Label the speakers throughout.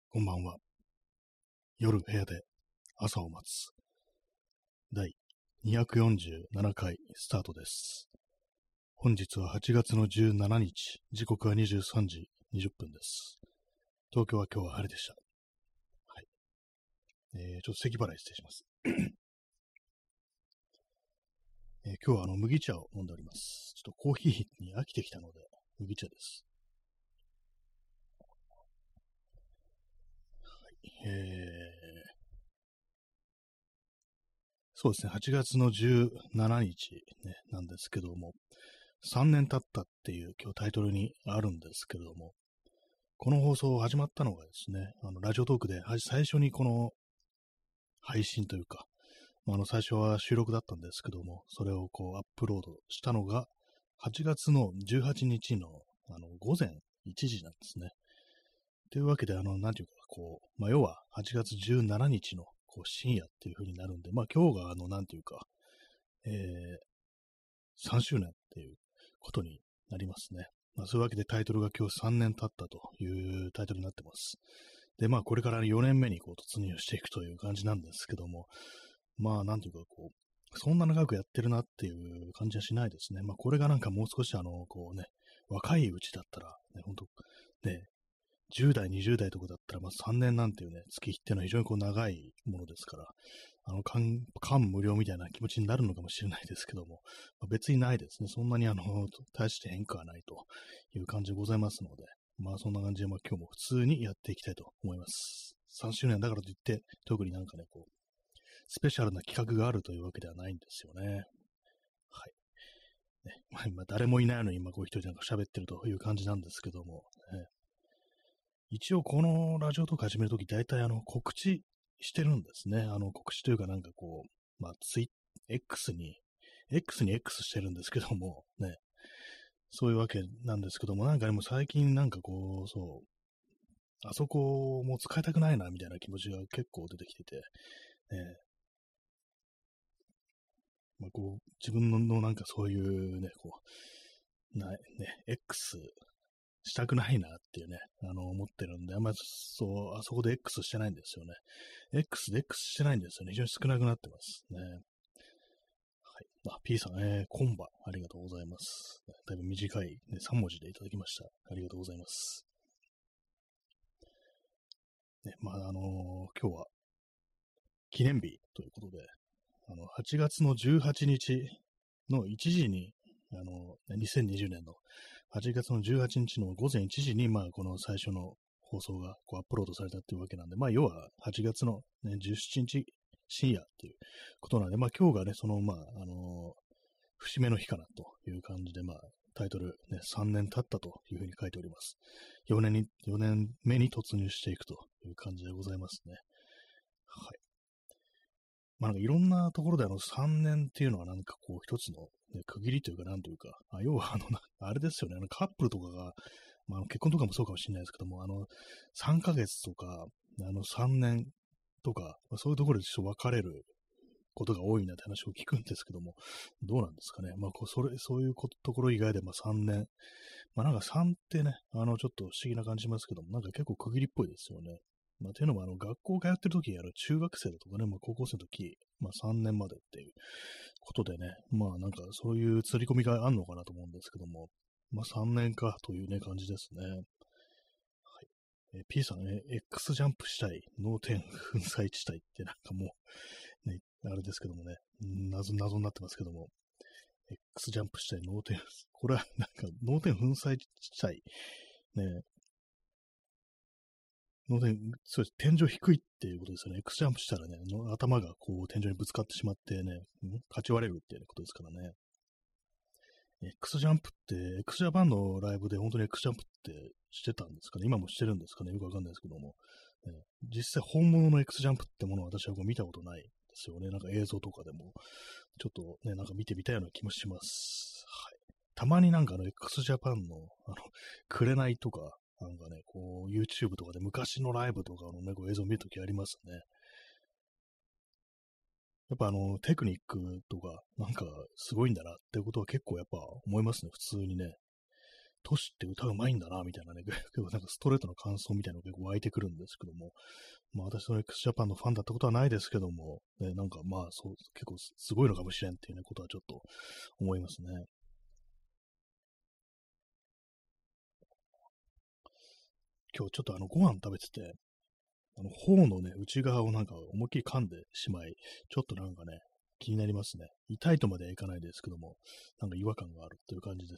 Speaker 1: こんばんは。夜部屋で朝を待つ。第247回スタートです。本日は8月の17日、時刻は23時20分です。東京は今日は晴れでした。はい。ちょっと咳払い失礼します。今日は麦茶を飲んでおります。ちょっとコーヒーに飽きてきたので、麦茶です。そうですね、8月の17日、ね、なんですけども、3年経ったっていう今日タイトルにあるんですけれども、この放送始まったのがですね、ラジオトークで最初にこの配信というか、最初は収録だったんですけども、それをこうアップロードしたのが8月の18日の午前1時なんですね。というわけで、なんていうか、こう、要は8月17日のこう深夜っていう風になるんで、今日がなんていうか、3周年っていうことになりますね。そういうわけでタイトルが今日3年経ったというタイトルになってます。で、これから4年目にこう突入していくという感じなんですけども、なんていうか、こう、そんな長くやってるなっていう感じはしないですね。これがなんかもう少しこうね、若いうちだったら、ね、ほんと、ね、10代、20代とかだったら、3年なんていうね、月日っていうのは非常にこう長いものですから、感無量みたいな気持ちになるのかもしれないですけども、別にないですね。そんなに大して変化はないという感じでございますので、そんな感じで、今日も普通にやっていきたいと思います。3周年だからといって、特になんかね、こう、スペシャルな企画があるというわけではないんですよね。はい。ね、今誰もいないのに今こう一人なんか喋ってるという感じなんですけども、ね、一応このラジオとか始めるとき大体告知してるんですね。告知というかなんかこう、X に X してるんですけども、ね、そういうわけなんですけども、なんかでも最近なんかこう、そう、あそこも使いたくないなみたいな気持ちが結構出てきてて、ね、こう、自分のなんかそういうね、こう、X したくないなっていうね、思ってるんで、そう、あそこで X してないんですよね。X で X してないんですよね。非常に少なくなってますね。はい。P さん、コンバ、ありがとうございます。だいぶ短い、ね、3文字でいただきました。ありがとうございます。ね、今日は記念日ということで、8月の18日の1時に、2020年の8月の18日の午前1時に、この最初の放送がこうアップロードされたっていうわけなんで、要は8月の、ね、17日深夜っていうことなんで、今日がね、その、節目の日かなという感じで、タイトル、ね、3年経ったというふうに書いております。4年目に突入していくという感じでございますね。はい。なんかいろんなところで3年っていうのはなんかこう一つの、ね、区切りというかなんというか、要はあれですよね、カップルとかが、結婚とかもそうかもしれないですけども、3ヶ月とか、3年とか、そういうところでちょっと別れることが多いなって話を聞くんですけども、どうなんですかね。そういうところ以外で3年。なんか3ってね、ちょっと不思議な感じしますけども、なんか結構区切りっぽいですよね。というのも、学校通ってる時中学生だとかね、高校生の時、3年までっていうことでね、なんかそういう釣り込みがあるのかなと思うんですけども、3年かというね、感じですね。はい。P さんね、X ジャンプしたい、脳天粉砕地帯ってなんかもう、ね、あれですけどもね、謎になってますけども、X ジャンプしたい、脳天、これはなんか脳天粉砕地帯、ね、ので、そうです。天井低いっていうことですよね。X ジャンプしたらね、頭がこう天井にぶつかってしまってね、勝ち割れるっていうことですからね。X ジャンプって、X ジャパンのライブで本当に X ジャンプってしてたんですかね。今もしてるんですかね。よくわかんないですけども。実際本物の X ジャンプってものは私はこう見たことないですよね。なんか映像とかでも。ちょっとね、なんか見てみたいような気もします。はい。たまになんかX ジャパンの、紅とか、なんかね、こう、YouTube とかで昔のライブとかのね、こう映像を見るときありますね。やっぱテクニックとか、なんかすごいんだなってことは結構やっぱ思いますね、普通にね。 トシって歌うまいんだな、みたいなね、結構なんかストレートの感想みたいなのが結構湧いてくるんですけども、まあ私の x ジャパンのファンだったことはないですけども、ね、なんかまあそう、結構すごいのかもしれんっていうね、ことはちょっと思いますね。今日ちょっとご飯食べてて、頬のね、内側をなんか思いっきり噛んでしまい、ちょっとなんかね、気になりますね。痛いとまではいかないですけども、なんか違和感があるという感じです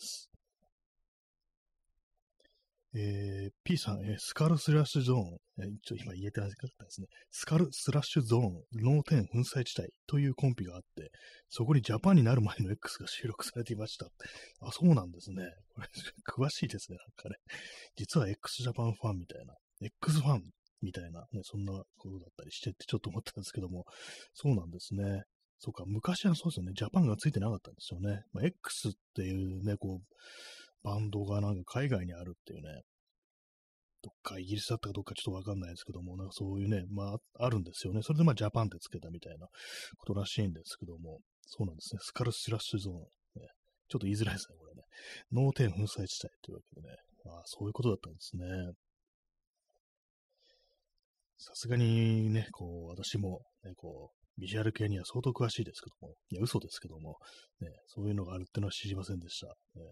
Speaker 1: 。P さん、スカルスラッシュゾーン、今言えてなかったですね。スカルスラッシュゾーン、脳天粉砕地帯というコンピがあって、そこにジャパンになる前の X が収録されていました。あ、そうなんですね。これ、詳しいですね、なんかね。実は x ジャパンファンみたいな、X ファンみたいな、ね、そんなことだったりしてってちょっと思ったんですけども、そうなんですね。そうか、昔はそうですよね、ジャパンがついてなかったんですよね。まあ、X っていうね、こう、バンドがなんか海外にあるっていうね、どっかイギリスだったかどっかちょっとわかんないですけども、なんかそういうね、まあ、あるんですよね。それでまあジャパンってつけたみたいなことらしいんですけども、そうなんですね。スカルスラッシュゾーン。ね、ちょっと言いづらいですね、これね。脳天粉砕地帯というわけでね。ああ、そういうことだったんですね。さすがにね、こう、私も、ね、こう、ビジュアル系には相当詳しいですけども、いや、嘘ですけども、ね、そういうのがあるってのは知りませんでした。ね、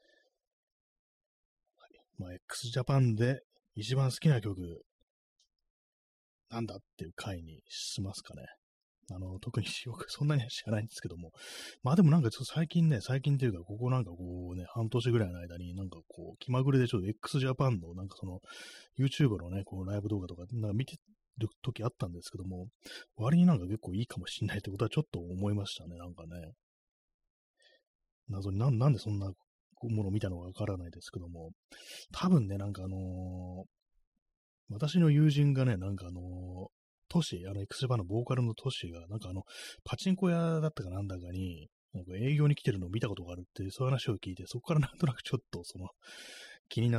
Speaker 1: まあ、x ジャパンで一番好きな曲、なんだっていう回にしますかね。特によくそんなには知らないんですけども。まあでもなんかちょっと最近ね、最近というか、ここなんかこうね、半年ぐらいの間になんかこう、気まぐれでちょっと x ジャパンのなんかその、YouTube のね、こうライブ動画とか、なんか見てる時あったんですけども、割になんか結構いいかもしんないってことはちょっと思いましたね、なんかね。謎になんでそんなものを見たのかわからないですけども、多分ね、なんか私の友人がね、なんかトシ、x ジャパンのボーカルのトシが、なんかパチンコ屋だったかなんだかに、なんか営業に来てるのを見たことがあるっていう、そういう話を聞いて、そこからなんとなくちょっと、気になって、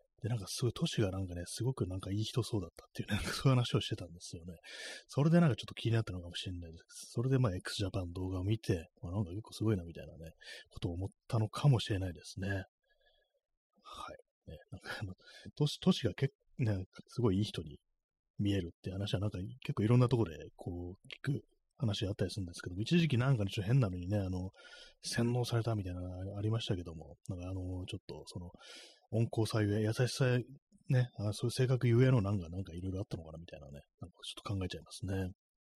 Speaker 1: で、なんかすごい、トシがなんかね、すごくなんかいい人そうだったっていうね、なんかそういう話をしてたんですよね。それでなんかちょっと気になったのかもしれないです。それでまあ、x ジャパンの動画を見て、まあ、なんか結構すごいなみたいなね、ことを思ったのかもしれないですね。はい。ね、なんかトシがね、すごいいい人に見えるって話はなんか結構いろんなところでこう聞く話あったりするんですけども、一時期なんかね、ちょっと変なのにね、洗脳されたみたいなのがありましたけども、なんかちょっと温厚さゆえ、優しさね、そういう性格ゆえのなんかいろいろあったのかなみたいなね、なんかちょっと考えちゃいますね。はい。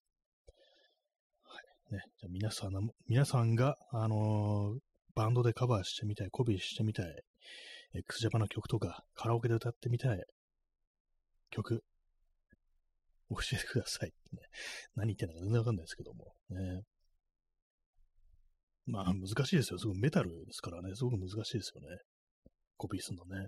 Speaker 1: ね、じゃあ皆さんが、バンドでカバーしてみたい、コピーしてみたい、x ジャパンの曲とか、カラオケで歌ってみたい曲、教えてくださいってね。何言ってんのか全然わかんないですけども。ね。まあ、難しいですよ。すごいメタルですからね。すごく難しいですよね。コピーするのね。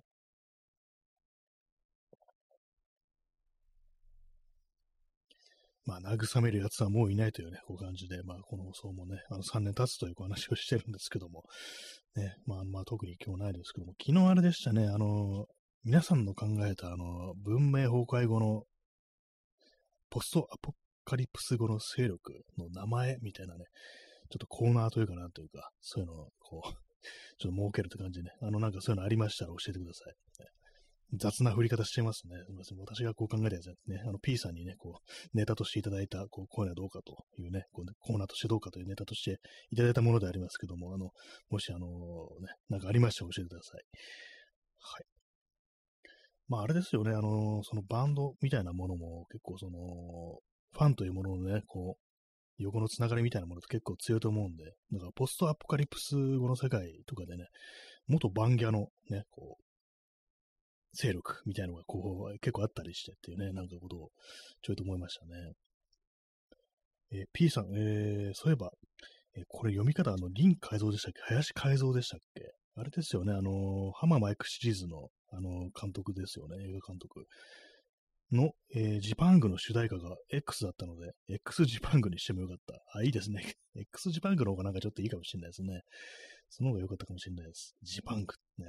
Speaker 1: まあ、慰める奴はもういないというね、こう感じで、まあ、この放送もね、3年経つというお話をしてるんですけども、ね、まあ、特に今日ないですけども、昨日あれでしたね、皆さんの考えた、文明崩壊後のポストアポカリプス後の勢力の名前みたいなね、ちょっとコーナーというかなんというか、そういうのを、こう、ちょっと設けるって感じでね、なんかそういうのありましたら教えてください。雑な振り方してますね。すみません。私がこう考えたやつですね。P さんにね、こう、ネタとしていただいた、こういうのはどうかというね、こうねコーナーとしてどうかというネタとしていただいたものでありますけども、もしね、なんかありましたら教えてください。はい。まあ、あれですよね。そのバンドみたいなものも結構ファンというもののね、こう、横のつながりみたいなものって結構強いと思うんで、だからポストアポカリプス後の世界とかでね、元バンギャのね、こう、勢力みたいなのがこう、結構あったりしてっていうね、なんかことをちょいと思いましたね。P さん、そういえば、これ読み方、林改造でしたっけ林改造でしたっけあれですよね、ハママイクシリーズの、監督ですよね、映画監督の、ジパングの主題歌が X だったので、X ジパングにしてもよかった。あ、いいですね。X ジパングの方がなんかちょっといいかもしれないですね。その方が良かったかもしれないです。ジパングね。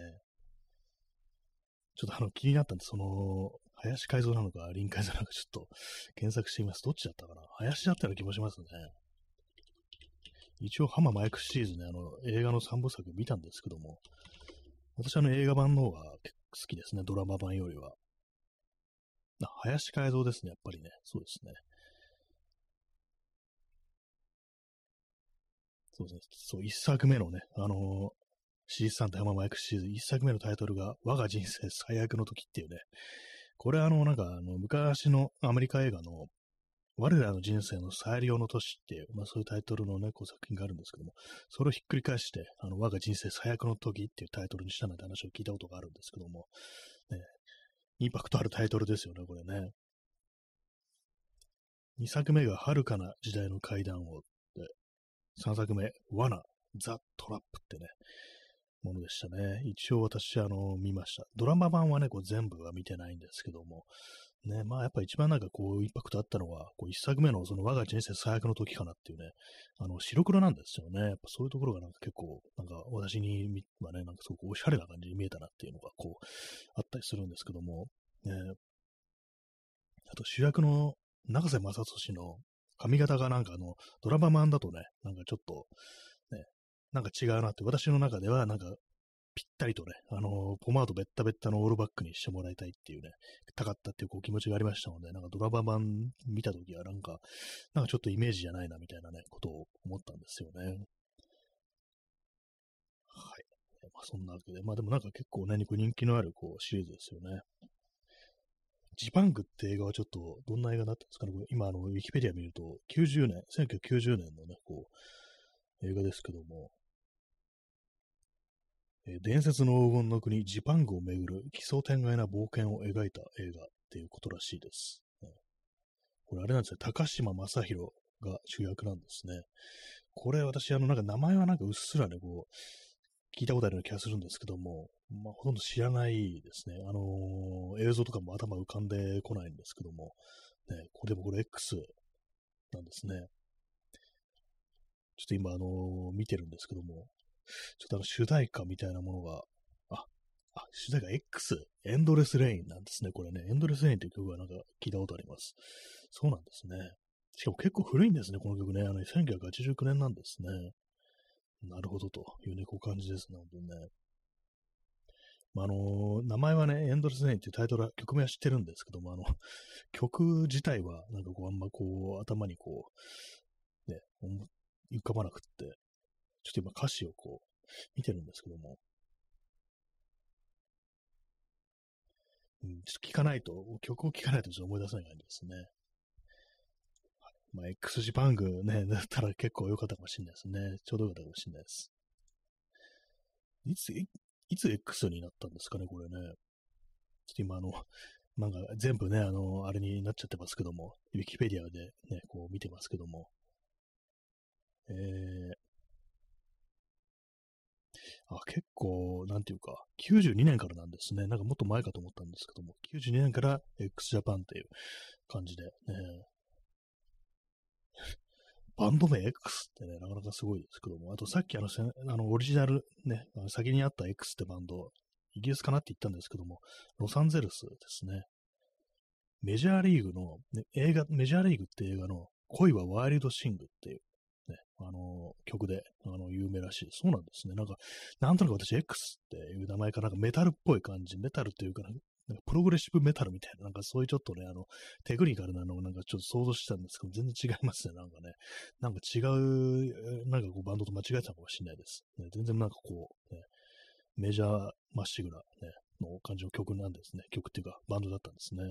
Speaker 1: ちょっと気になったんで、林改造なのか、林改造なのか、ちょっと検索してみます。どっちだったかな林だったような気もしますね。一応、ハママイクシリーズね、映画の3部作見たんですけども、 私映画版の方が結構好きですね、ドラマ版よりは。林海象ですね、やっぱりね。そうですね。そうですね。そう、一作目のね、シリーズ3とマイクシリーズ、一作目のタイトルが、我が人生最悪の時っていうね、これなんか昔のアメリカ映画の、我らの人生の最良の年っていう、そういうタイトルのね、こう作品があるんですけども、それをひっくり返して、我が人生最悪の時っていうタイトルにしたなんて話を聞いたことがあるんですけども、ね、インパクトあるタイトルですよね、これね。2作目が遥かな時代の階段を、で、3作目、罠、ザ・トラップってね、ものでしたね。一応私、見ました。ドラマ版はね、こう全部は見てないんですけども、ね、やっぱ一番なんかこう、インパクトあったのは、こう、一作目のその我が人生最悪の時かなっていうね、白黒なんですよね。やっぱそういうところがなんか結構、なんか私にはね、なんかすごくおしゃれな感じに見えたなっていうのがこう、あったりするんですけども、ね、あと主役の永瀬正敏の髪型がなんかドラマ版だとね、なんかちょっと、ね、なんか違うなって、私の中ではなんかぴったりとね、ポマードベッタベッタのオールバックにしてもらいたいっていうね、たかったっていうこう気持ちがありましたので、なんかドラマ版見たときはなんかちょっとイメージじゃないなみたいなね、ことを思ったんですよね。はい。そんなわけで、でもなんか結構ね、人気のあるこうシリーズですよね。ジパングって映画はちょっとどんな映画だったんですかね。これ今ウィキペディア見ると90年、1990年のね、こう、映画ですけども、伝説の黄金の国、ジパングをめぐる奇想天外な冒険を描いた映画っていうことらしいです。これあれなんですよ。高島正宏が主役なんですね。これ私、なんか名前はなんかうっすらね、こう、聞いたことあるような気がするんですけども、ほとんど知らないですね。映像とかも頭浮かんでこないんですけども、ね、これ X なんですね。ちょっと今、見てるんですけども、ちょっと主題歌みたいなものが、あ、主題歌 X、エンドレスレインなんですね。これね、エンドレスレインっていう曲がなんか聞いたことあります。そうなんですね。しかも結構古いんですね、この曲ね。1989年なんですね。なるほどというね、こう感じですね、本当にね。名前はね、エンドレスレインっていうタイトルは、曲名は知ってるんですけども、曲自体は、なんかこう、あんまこう、頭にこう、ね、浮かばなくって、ちょっと今歌詞をこう、見てるんですけども、ちょっと聞かないと、曲を聴かないとちょっと思い出せない感じですね。X ジパングね、だったら結構良かったかもしれないですね。ちょうど良かったかもしれないです。いつ X になったんですかね、これね。ちょっと今なんか全部ね、あれになっちゃってますけども、ウィキペディアでね、こう見てますけども、え結構、なんていうか、92年からなんですね。なんかもっと前かと思ったんですけども、92年から x ジャパンっていう感じで、ね、バンド名 X ってね、なかなかすごいですけども、あとさっきオリジナルね、先にあった X ってバンド、イギリスかなって言ったんですけども、ロサンゼルスですね。メジャーリーグの、ね、メジャーリーグって映画の恋はワイルドシングっていうね、曲で、有名らしいです。そうなんですね。なんか、なんとなく私 X っていう名前かなんかメタルっぽい感じ、メタルっていうかなんかプログレッシブメタルみたいな、なんかそういうちょっとね、テクニカルなのをなんかちょっと想像してたんですけど、全然違いますね、なんかね。なんか違う、なんかこうバンドと間違えてたかもしれないです。ね、全然なんかこう、ね、メジャーまっしぐら、ね、の感じの曲なんですね。曲っていうか、バンドだったんですね。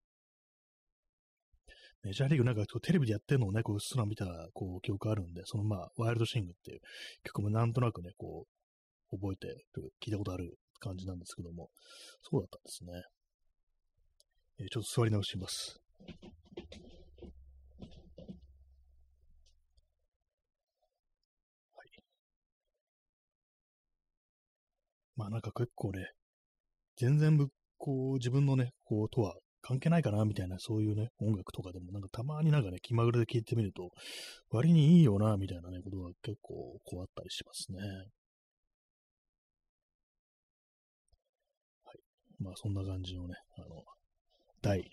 Speaker 1: メジャーリーグなんかテレビでやってるのをね、こう、うっすら見た、こう、記憶あるんで、ワイルドシングっていう曲もなんとなくね、こう、覚えてる、聞いたことある感じなんですけども、そうだったんですね。ちょっと座り直します。はい。なんか結構ね、全然こう、自分のね、こう、とは関係ないかな、みたいな、そういうね、音楽とかでも、なんかたまになんかね、気まぐれで聞いてみると、割にいいよな、みたいなね、ことが結構、こうあったりしますね。はい。そんな感じのね、第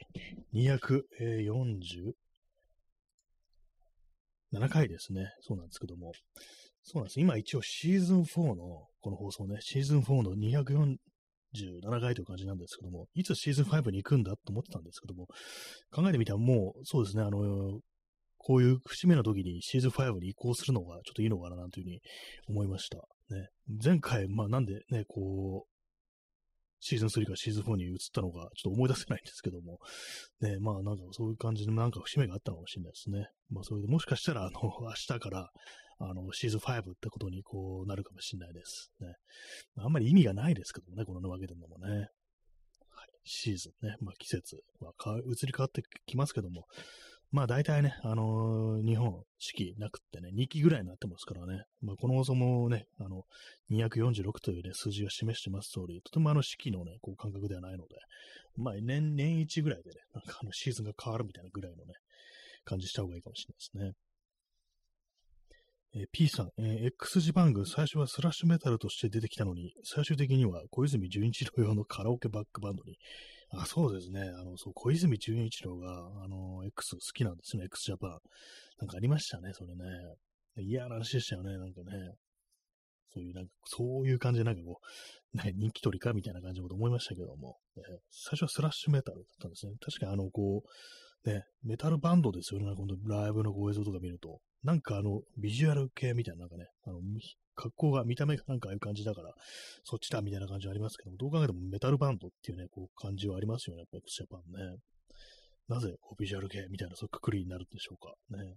Speaker 1: 247回ですね。そうなんですけども。 そうなんです。今一応シーズン4の、この放送ね、シーズン4の247回という感じなんですけども、いつシーズン5に行くんだと思ってたんですけども、考えてみたらもう、そうですね、こういう節目の時にシーズン5に移行するのがちょっといいのかななんていうふうに思いました。ね。前回、まあなんでね、こう、シーズン3からシーズン4に移ったのか、ちょっと思い出せないんですけども、ね、まあなんかそういう感じのなんか節目があったのかもしれないですね。まあそれでもしかしたら、明日から、シーズン5ってことにこうなるかもしれないです。ね。あんまり意味がないですけどもね、この分けてるのもね。はい、シーズンね、まあ季節は移り変わってきますけども、まあ大体ね、日本、四季なくってね、2期ぐらいになってますからね、まあこの放送もね、246というね、数字が示してます通り、とても四季のね、こう感覚ではないので、まあ年一ぐらいでね、なんかシーズンが変わるみたいなぐらいのね、感じした方がいいかもしれないですね。P さん、X ジパング、最初はスラッシュメタルとして出てきたのに、最終的には小泉純一郎用のカラオケバックバンドに。あ、そうですね。そう、小泉純一郎が、X 好きなんですね。X ジャパン。なんかありましたね、それね。嫌な話でしたよね、なんかね。そういう感じでなんかこう、ね、人気取りかみたいな感じのこと思いましたけども、最初はスラッシュメタルだったんですね。確かにこう、ね、メタルバンドですよね。このライブの映像とか見ると。なんかビジュアル系みたいな、なんかね、格好が、見た目がなんかああいう感じだから、そっちだみたいな感じありますけども、どう考えてもメタルバンドっていうね、こう感じはありますよね、やっぱ x ジャパンね。なぜビジュアル系みたいな、そういうくくりになるんでしょうか。ね。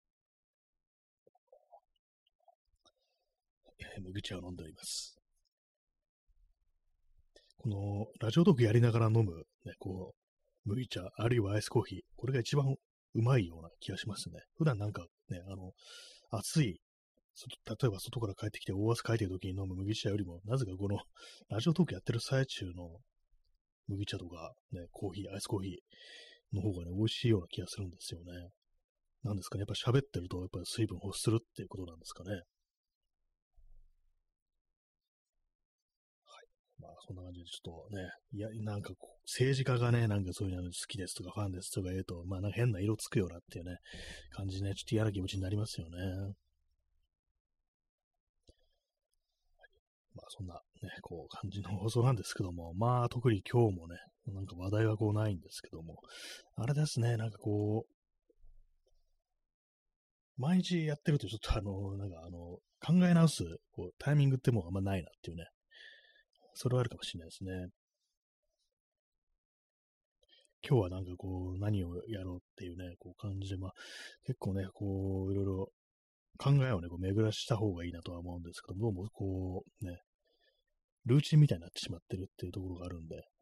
Speaker 1: 麦茶を飲んでおります。この、ラジオトークやりながら飲む、ね、こう、麦茶、あるいはアイスコーヒー、これが一番うまいような気がしますね。普段なんかね、暑い、例えば外から帰ってきて大汗かいてる時に飲む麦茶よりも、なぜかこの、ラジオトークやってる最中の麦茶とか、ね、コーヒー、アイスコーヒーの方がね、美味しいような気がするんですよね。なんですかね、やっぱ喋ってると、やっぱり水分欲するっていうことなんですかね。まあ、そんな感じで、ちょっとね、いや、なんかこう、政治家がね、なんかそういうの好きですとかファンですとか言うと、まあ、なんか変な色つくよなっていうね、感じでね、ちょっと嫌な気持ちになりますよね。まあ、そんなね、こう、感じの放送なんですけども、まあ、特に今日もね、なんか話題はこうないんですけども、あれですね、なんかこう、毎日やってるとちょっとなんか考え直す、こう、タイミングってもうあんまないなっていうね、それはあるかもしれないですね。今日はなんかこう、何をやろうっていうね、こう感じで、まあ、結構ね、こう、いろいろ考えをね、こう巡らした方がいいなとは思うんですけども、どうもこう、ね、ルーチンみたいになってしまってるっていうところがあるんで、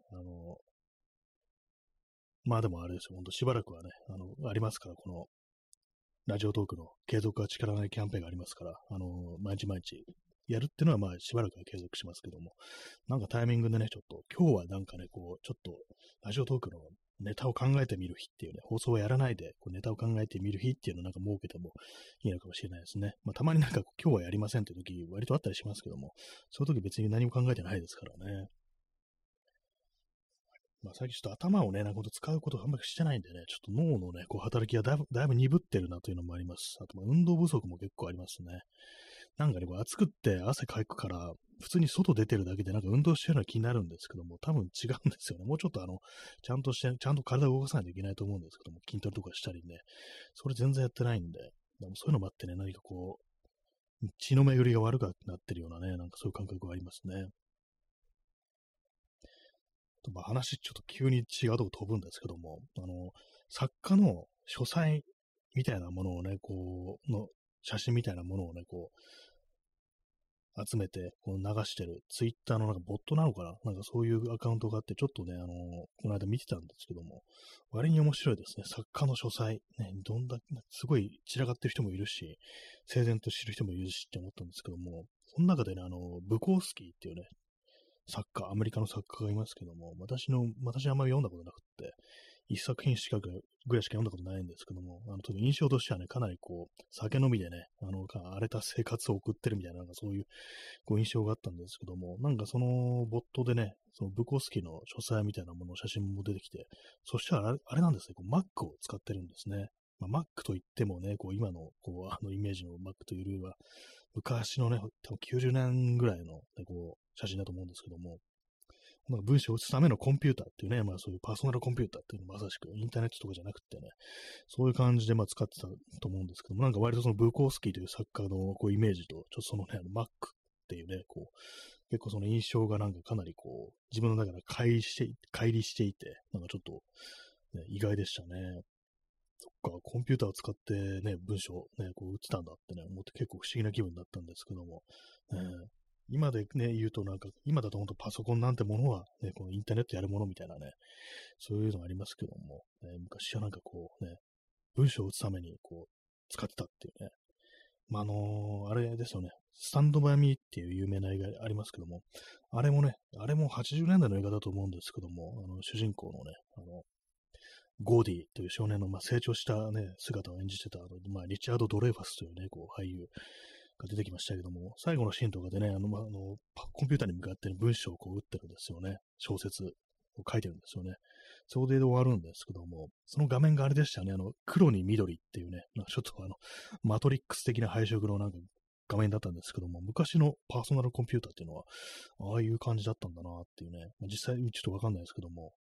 Speaker 1: まあでもあれですよ、ほんとしばらくはね、ありますから、この、ラジオトークの継続は力なりキャンペーンがありますから、毎日毎日やるっていうのは、まあ、しばらくは継続しますけども、なんかタイミングでね、ちょっと、今日はなんかね、こう、ちょっと、ラジオトークのネタを考えてみる日っていうね、放送をやらないで、こうネタを考えてみる日っていうのをなんか設けてもいいのかもしれないですね。まあ、たまになんか、今日はやりませんって時、割とあったりしますけども、そういう時別に何も考えてないですからね。まあ、最近ちょっと頭をね、なんかこと使うことがあんまりしてないんでね、ちょっと脳のね、こう働きがだいぶ鈍ってるなというのもあります。あと、まあ運動不足も結構ありますね。なんかね、こう暑くって汗かくから、普通に外出てるだけでなんか運動してるような気になるんですけども、多分違うんですよね。もうちょっとちゃんと体を動かさないといけないと思うんですけども、筋トレとかしたりね、それ全然やってないんで、でもそういうのもあってね、何かこう、血の巡りが悪くなってるようなね、なんかそういう感覚がありますね。まあ、話ちょっと急に違うとこ飛ぶんですけども、作家の書斎みたいなものをね、こう、の写真みたいなものをね、こう、集めて、こう流してる、ツイッターのなんかボットなのかななんかそういうアカウントがあって、ちょっとね、この間見てたんですけども、割に面白いですね。作家の書斎、ね、すごい散らかってる人もいるし、整然としてる人もいるしって思ったんですけども、その中でね、ブコースキーっていうね、アメリカの作家がいますけども、私あんまり読んだことなくって、一作品ぐらいしか読んだことないんですけども、特に印象としてはね、かなりこう、酒飲みでね、荒れた生活を送ってるみたいな、なんかそういう、こう印象があったんですけども、なんかその、ボットでね、そのブコスキの書斎みたいなもの、写真も出てきて、そしたらあれなんですね、こう Mac を使ってるんですね。 Mac といってもね、こう今のイメージの Mac というよりは、昔のね、多分90年ぐらいの、ね、写真だと思うんですけども、なんか文章を打つためのコンピューターっていうね、そういうパーソナルコンピューターっていうのまさしくインターネットとかじゃなくてね、そういう感じで使ってたと思うんですけども、なんか割とそのブーコースキーという作家のイメージと、ちょっとそのね、Mac っていうね、結構その印象がなんかかなり自分の中で乖離していて、なんかちょっと、ね、意外でしたね。そっか、コンピューターを使ってね、文章ね、打ってたんだってね、思って結構不思議な気分だったんですけども、今でね、言うとなんか、今だと本当パソコンなんてものはね、このインターネットやるものみたいなね、そういうのがありますけども、昔はなんか文章を打つために使ってたっていうね、あれですよね、スタンドバイミーっていう有名な映画ありますけども、あれも80年代の映画だと思うんですけども、主人公のね、ゴーディという少年の、成長したね、姿を演じてた、リチャード・ドレイファスというね、俳優が出てきましたけども、最後のシーンとかでね、コンピューターに向かって、ね、文章を打ってるんですよね。小説を書いてるんですよね。それで終わるんですけども、その画面があれでしたね、黒に緑っていうね、ちょっとマトリックス的な配色のなんか画面だったんですけども、昔のパーソナルコンピューターっていうのは、ああいう感じだったんだなっていうね、実際ちょっとわかんないですけども、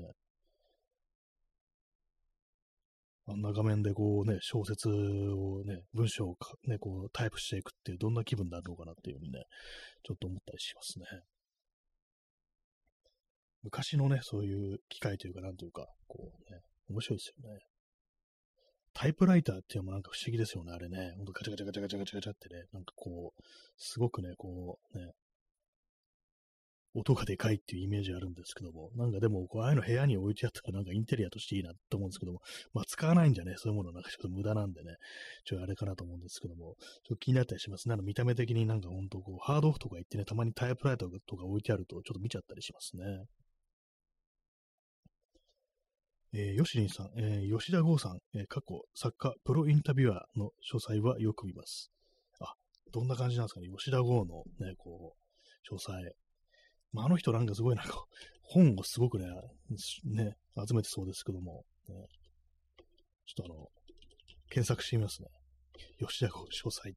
Speaker 1: あんな画面で小説をね、文章をね、タイプしていくっていう、どんな気分になるのかなっていうふうにね、ちょっと思ったりしますね。昔のね、そういう機械というか、なんというか、面白いですよね。タイプライターっていうのもなんか不思議ですよね、あれね。ほんとガチャガチャガチャガチャガチャガチャってね、なんかすごくね、音がでかいっていうイメージがあるんですけども、なんかでも、ああいうの部屋に置いてあったらなんかインテリアとしていいなと思うんですけども、使わないんじゃね、そういうものなんかちょっと無駄なんでね、あれかなと思うんですけども、ちょっと気になったりしますね。見た目的になんかほんとハードオフとか行ってね、たまにタイプライターとか置いてあるとちょっと見ちゃったりしますね。ヨシリンさん、吉田剛さん、過去作家、プロインタビュアーの詳細はよく見ます。あ、どんな感じなんですかね、吉田剛のね、詳細。あの人なんかすごい本をすごくね、集めてそうですけども、ちょっと検索してみますね。吉田剛詳細って。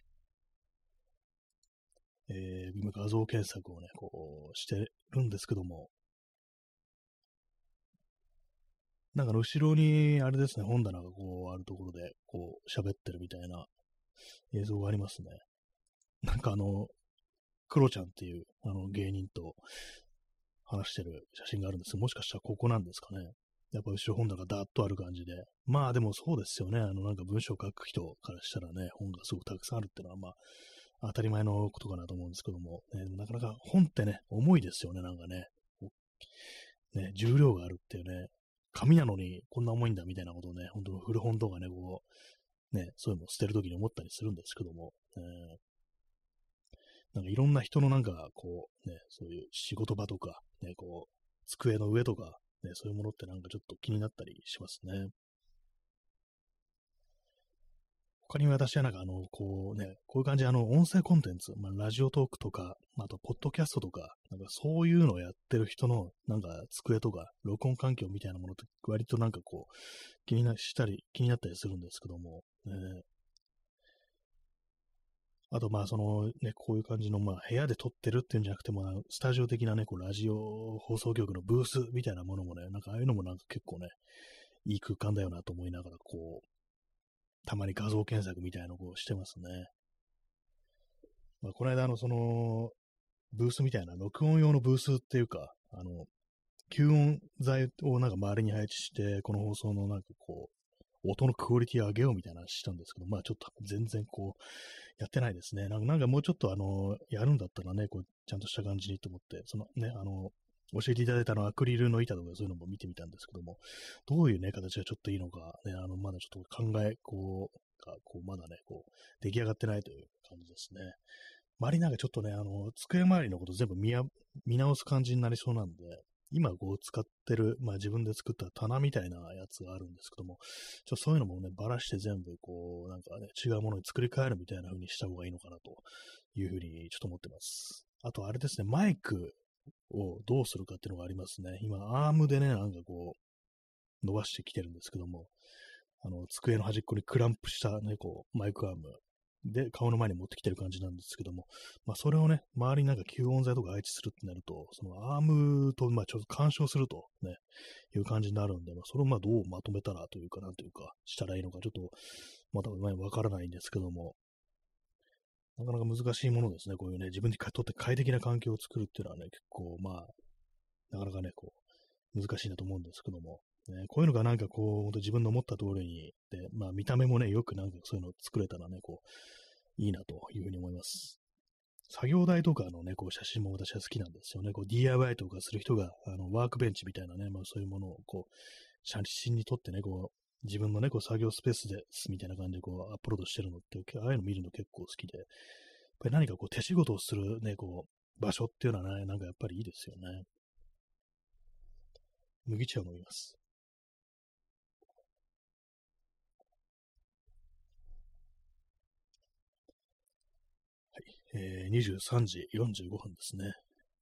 Speaker 1: 今画像検索をね、してるんですけども、なんか後ろに、あれですね、本棚があるところで、喋ってるみたいな映像がありますね。なんかクロちゃんっていう、芸人と話してる写真があるんですけど、もしかしたらここなんですかね。やっぱ後ろ本棚がダーッとある感じで。でもそうですよね。なんか文章を書く人からしたらね、本がすごくたくさんあるっていうのは、当たり前のことかなと思うんですけども、なかなか本ってね、重いですよね、なんかね。ね、重量があるっていうね、紙なのにこんな重いんだみたいなことをね、本当古本とかね、そういうのを捨てるときに思ったりするんですけども、なんかいろんな人のなんか、そういう仕事場とか、ね、机の上とか、ね、そういうものってなんかちょっと気になったりしますね。他に私はなんかこういう感じで音声コンテンツ、ラジオトークとか、あと、ポッドキャストとか、なんかそういうのをやってる人の、なんか机とか、録音環境みたいなものって割となんか気になったりするんですけども、あと、こういう感じの、部屋で撮ってるっていうんじゃなくても、スタジオ的なね、ラジオ放送局のブースみたいなものもね、なんかああいうのもなんか結構ね、いい空間だよなと思いながら、たまに画像検索みたいなのをしてますね。この間、ブースみたいな、録音用のブースっていうか、吸音材をなんか周りに配置して、この放送のなんか音のクオリティを上げようみたいな話したんですけど、ちょっと全然やってないですね。なんかもうちょっとやるんだったらね、ちゃんとした感じにと思って、教えていただいたアクリルの板とかそういうのも見てみたんですけども、どういうね、形がちょっといいのか、ね、まだちょっと考え、まだね、出来上がってないという感じですね。周りなんかちょっとね、机周りのこと全部見直す感じになりそうなんで、今使ってる、自分で作った棚みたいなやつがあるんですけども、そういうのもね、ばらして全部なんかね、違うものに作り変えるみたいな風にした方がいいのかなという風にちょっと思ってます。あとあれですね、マイクをどうするかっていうのがありますね。今、アームでね、なんか伸ばしてきてるんですけども、 机の端っこにクランプしたね、こう、マイクアームで顔の前に持ってきてる感じなんですけども、まあ、それをね、周りになんか吸音材とか配置するってなると、そのアームと、まあ、ちょっと干渉するとね、いう感じになるんで、まあ、それをまあ、どうまとめたらというか、なんというか、したらいいのか、ちょっと、まだわからないんですけども、なかなか難しいものですね。こういうね、自分にとって快適な環境を作るっていうのはね、結構、まあ、なかなかね、こう、難しいなと思うんですけども、ね、こういうのがなんかこう、本当自分の思った通りに、で、まあ見た目もね、よくなんかそういうのを作れたらね、こう、いいなというふうに思います。作業台とかのね、こう写真も私は好きなんですよね。こう DIY とかする人が、ワークベンチみたいなね、まあそういうものをこう、写真に撮ってね、こう、自分のね、こう作業スペースですみたいな感じでこうアップロードしてるのって、ああいうの見るの結構好きで、やっぱり何かこう手仕事をするね、こう、場所っていうのはね、なんかやっぱりいいですよね。麦茶を飲みます。23時45分ですね。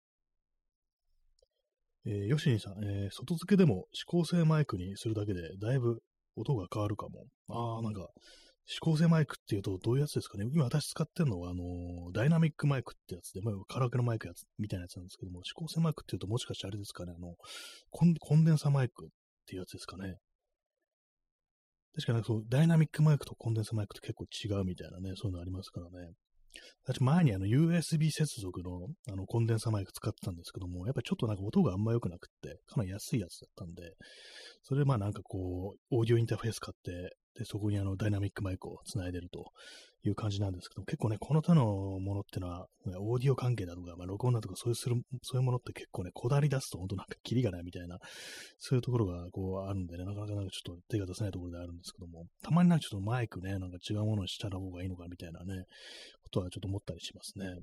Speaker 1: ヨシニさん、外付けでも指向性マイクにするだけでだいぶ音が変わるかも。ああ、なんか、指向性マイクっていうとどういうやつですかね。今私使ってるのは、ダイナミックマイクってやつで、まあ、カラオケのマイクやつみたいなやつなんですけども、指向性マイクっていうともしかしてあれですかね、コンデンサマイクっていうやつですかね。確かにそう、ダイナミックマイクとコンデンサマイクって結構違うみたいなね、そういうのありますからね。私前にUSB 接続のコンデンサマイク使ってたんですけども、やっぱりちょっとなんか音があんま良くなくって、かなり安いやつだったんで、それでまあなんかこう、オーディオインターフェース買って、で、そこにダイナミックマイクをつないでるという感じなんですけども、結構ね、この他のものってのは、オーディオ関係だとか、まあ録音だとかそういうものって結構ね、こだわり出すと本当なんかキリがないみたいな、そういうところがこうあるんでね、なかなかなんかちょっと手が出せないところであるんですけども、たまになんかちょっとマイクね、なんか違うものにしたら方がいいのかみたいなね、ことはちょっと思ったりしますね。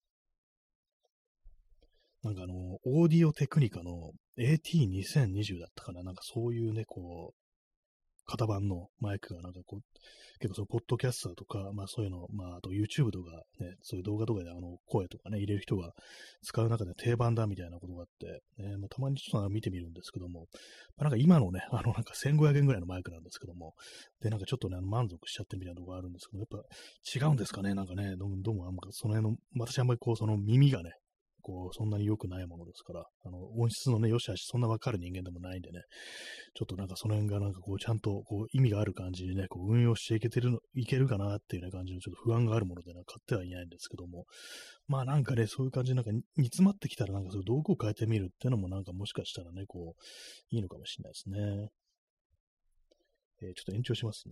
Speaker 1: なんかオーディオテクニカの AT2020 だったかな、なんかそういうね、こう、型番のマイクがなんかこう、結構そのポッドキャスターとか、まあそういうの、まああと YouTube とかね、そういう動画とかで声とかね、入れる人が使う中で定番だみたいなことがあって、ね、まあ、たまにちょっと見てみるんですけども、まあ、なんか今のね、なんか1500円ぐらいのマイクなんですけども、で、なんかちょっとね、満足しちゃってみたいなところがあるんですけど、やっぱ違うんですかね、なんかね、どうもあんまその辺の、私あんまりこう、その耳がね、こう、そんなに良くないものですから、音質のね、良し悪しそんなわかる人間でもないんでね、ちょっとなんかその辺がなんかこう、ちゃんとこう、意味がある感じにね、こう、運用していけるかなっていうね、感じのちょっと不安があるもので、買ってはいないんですけども、まあなんかね、そういう感じでなんか煮詰まってきたらなんかそういう道具を変えてみるっていうのもなんかもしかしたらね、こう、いいのかもしれないですね。ちょっと延長しますね。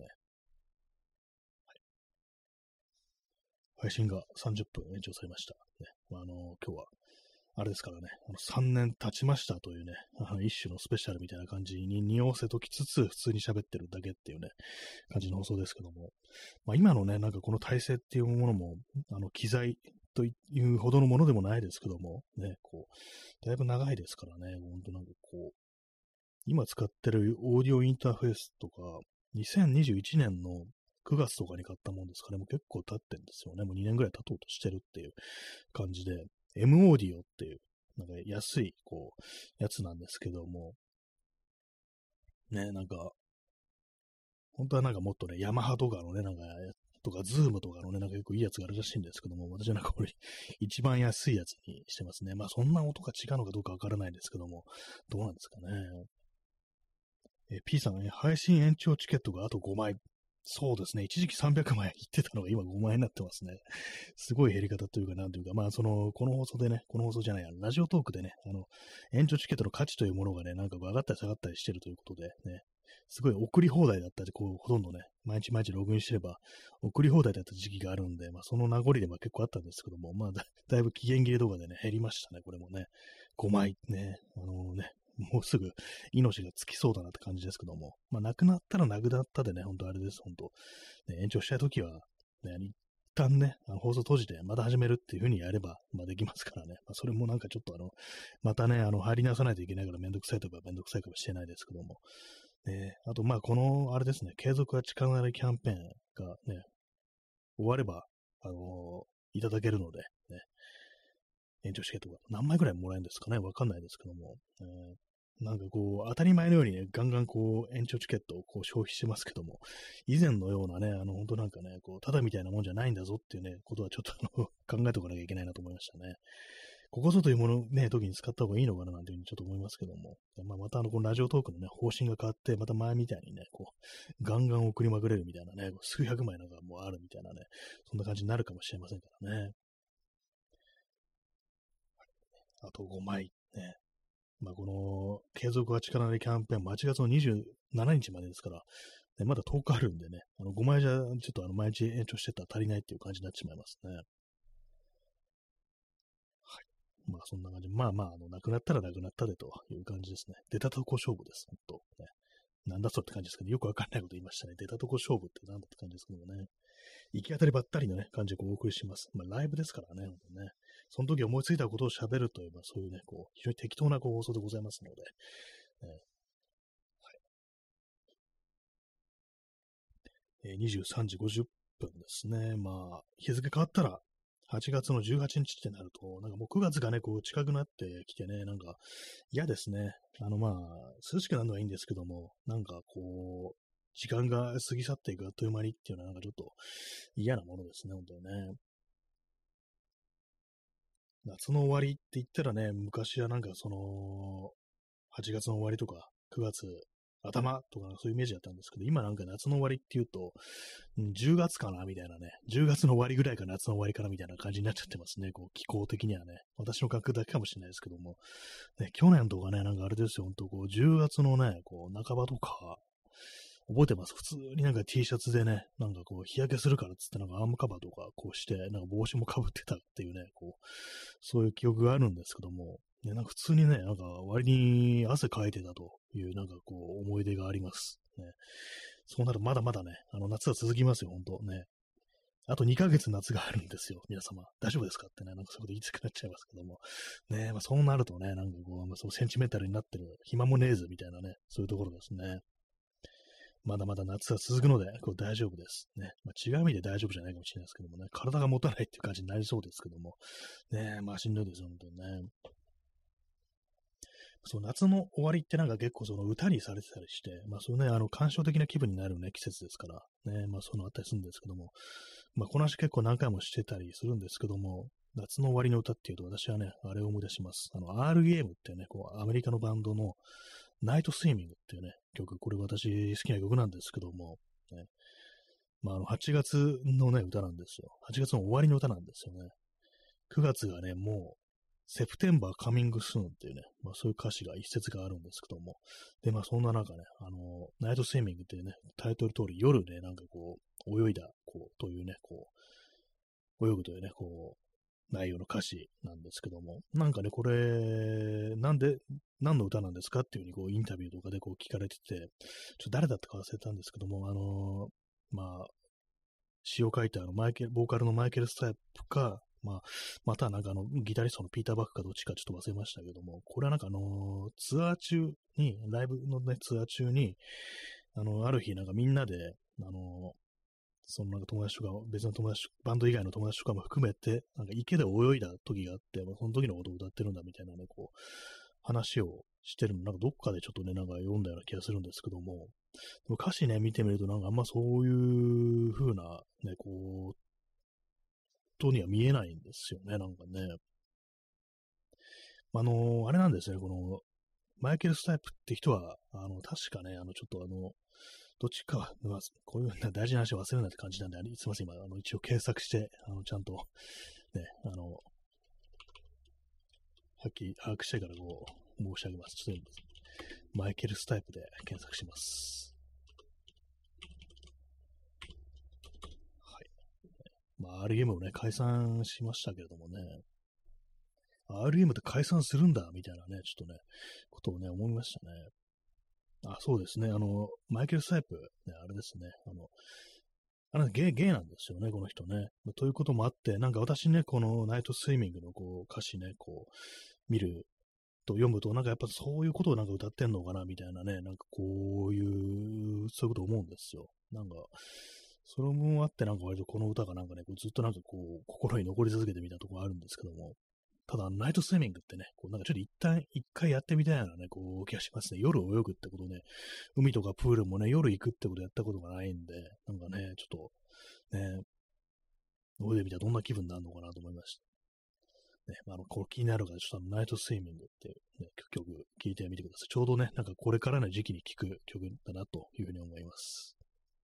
Speaker 1: 配信が30分延長されました。ね、まあ、今日はあれですからね、3年経ちましたというね、一種のスペシャルみたいな感じに匂わせときつつ、普通に喋ってるだけっていうね、感じの放送ですけども、まあ、今のね、なんかこの体制っていうものも、機材というほどのものでもないですけども、ね、こう、だいぶ長いですからね、ほんとなんかこう、今使ってるオーディオインターフェースとか、2021年の9月とかに買ったもんですかね、もう結構経ってんですよね。もう2年ぐらい経とうとしてるっていう感じで、M オーディオっていう、なんか安い、こう、やつなんですけども、ね、なんか、本当はなんかもっとね、ヤマハとかのね、なんか、とか、ズームとかのね、なんか結構いいやつがあるらしいんですけども、私はなんかこれ、一番安いやつにしてますね。まあ、そんな音が違うのかどうかわからないんですけども、どうなんですかね。P さん、配信延長チケットがあと5枚。そうですね。一時期300枚いってたのが今5枚になってますね。すごい減り方というか、なんというか、まあ、この放送でね、この放送じゃない、ラジオトークでね、延長チケットの価値というものがね、なんか上がったり下がったりしてるということで、ね、すごい送り放題だったり、こう、ほとんどね、毎日毎日ログインしてれば、送り放題だった時期があるんで、まあ、その名残では結構あったんですけども、まあ、だいぶ期限切れとかでね、減りましたね、これもね。5枚ね、もうすぐ命が尽きそうだなって感じですけども、まあ、亡くなったら亡くなったでね、ほんとあれです、ほんと。ね、延長したいときは、ね、一旦ね、放送閉じて、また始めるっていう風にやれば、まあ、できますからね。まあ、それもなんかちょっとまたね、入り直さないといけないからめんどくさいとかめんどくさいかもしれないですけども。ね、あと、まあ、あれですね、継続は力なりキャンペーンがね、終われば、いただけるので、ね、延長チケットが何枚ぐらいもらえるんですかね、わかんないですけども、 なんかこう、当たり前のようにね、ガンガンこう、延長チケットをこう消費してますけども、以前のようなね、本当なんかね、こう、ただみたいなもんじゃないんだぞっていうね、ことはちょっと考えておかなきゃいけないなと思いましたね。ここぞというものね、時に使った方がいいのかななんていうふうにちょっと思いますけども、まあ、またこのラジオトークのね、方針が変わって、また前みたいにね、こう、ガンガン送りまくれるみたいなね、数百枚なんかもうあるみたいなね、そんな感じになるかもしれませんからね。あと5枚ね。まあ、この、継続は力なりキャンペーンも8月の27日までですから、ね、まだ10日あるんでね、5枚じゃ、ちょっと毎日延長してたら足りないっていう感じになってしまいますね。はい。まあ、そんな感じ。まあまあ、なくなったらなくなったでという感じですね。出たとこ勝負です。ほんと。ね。なんだそれって感じですけど、よくわかんないこと言いましたね。出たとこ勝負ってなんだって感じですけどもね。行き当たりばったりのね、感じでこうお送りします。まあ、ライブですからね、ほんとね。その時思いついたことを喋るといえば、そういうね、こう、非常に適当なこう放送でございますので、ね、23時50分ですね。まあ、日付変わったら、8月の18日ってなると、なんかもう9月がね、こう近くなってきてね、なんか嫌ですね。まあ、涼しくなるのはいいんですけども、なんかこう、時間が過ぎ去っていくあっという間にっていうのはなんかちょっと嫌なものですね、本当にね。夏の終わりって言ったらね、昔はなんか8月の終わりとか、9月頭とかそういうイメージだったんですけど、今なんか夏の終わりっていうと、10月かなみたいなね、10月の終わりぐらいか夏の終わりかなみたいな感じになっちゃってますね、こう気候的にはね。私の感覚だけかもしれないですけども、ね、去年とかね、なんかあれですよ、ほんとこう10月のね、こう半ばとか、覚えてます。普通になんか T シャツでね、なんかこう日焼けするからっつってなんかアームカバーとかこうして、なんか帽子もかぶってたっていうね、こう、そういう記憶があるんですけども、ね、なんか普通にね、なんか割に汗かいてたというなんかこう思い出があります。ね、そうなるとまだまだね、夏は続きますよ、ほんとね。あと2ヶ月夏があるんですよ、皆様。大丈夫ですかってね、なんかそういうこと言いたくなっちゃいますけども。ね、まあそうなるとね、なんかこう、まあ、そうセンチメンタルになってる暇もねえぜみたいなね、そういうところですね。まだまだ夏は続くので、こう大丈夫です。ね。まあ、違う意味で大丈夫じゃないかもしれないですけどもね、体が持たないっていう感じになりそうですけども、ね、まあしんどいですよ、本当にね。そう、夏の終わりってなんか結構その歌にされてたりして、まあそうね、感傷的な気分になるね、季節ですから、ね、まあそういうのあったりするんですけども、まあこの話結構何回もしてたりするんですけども、夏の終わりの歌っていうと私はね、あれを思い出します。REM ってね、こう、アメリカのバンドのナイトスイミングっていうね、曲、これ私好きな曲なんですけども、ね、まあ8月のね、歌なんですよ。8月の終わりの歌なんですよね。9月がね、もう、セプテンバーカミングスーンっていうね、まあそういう歌詞が一節があるんですけども、で、まあそんな中ね、ナイトスイミングっていうね、タイトル通り夜ね、なんかこう、泳いだ、こう、というね、こう、泳ぐというね、こう、内容の歌詞なんですけども、なんかね、これ、何の歌なんですかっていうふうにこう、インタビューとかでこう聞かれてて、ちょっと誰だったか忘れたんですけども、まあ、詩を書いたボーカルのマイケル・スタイプか、まあ、またはなんかギタリストのピーター・バックかどっちかちょっと忘れましたけども、これはなんかツアー中に、ライブのね、ツアー中に、ある日なんかみんなで、そのなんか友達とか、別の友達、バンド以外の友達とかも含めて、なんか池で泳いだ時があって、まあ、その時のことを歌ってるんだみたいなね、こう、話をしてるの、なんかどっかでちょっとね、なんか読んだような気がするんですけども、でも歌詞ね、見てみるとなんかあんまそういう風な、ね、こう、とには見えないんですよね、なんかね。あれなんですね、この、マイケル・スタイプって人は、確かね、ちょっとどっちかは、まあ、こういう大事な話を忘れるなって感じなんで、すいません、今、一応検索して、ちゃんと、ね、はっきり把握してからこう、申し上げます。ちょっとマイケル・スタイプで検索します。はい。まあ、REM をね、解散しましたけれどもね、REM って解散するんだ、みたいなね、ちょっとね、ことをね、思いましたね。あ、そうですね。マイケル・スタイプ、ね、あれですね。ゲイなんですよね、この人ね。ということもあって、なんか私ね、このナイトスイミングのこう歌詞ね、こう、見ると読むと、なんかやっぱそういうことをなんか歌ってんのかな、みたいなね、なんかこういう、そういうこと思うんですよ。なんか、それもあって、なんか割とこの歌がなんかね、こうずっとなんかこう、心に残り続けてみたところあるんですけども、 ただ、ナイトスイミングってね、こうなんかちょっと一回やってみたいなね、こう気がしますね。夜泳ぐってことね、海とかプールもね、夜行くってことやったことがないんで、なんかね、ちょっと、ね、泳いでみたらどんな気分になるのかなと思いました。ね、こう気になるから、ちょっとナイトスイミングっていう、ね、曲聴いてみてください。ちょうどね、なんかこれからの時期に聴く曲だなというふうに思います。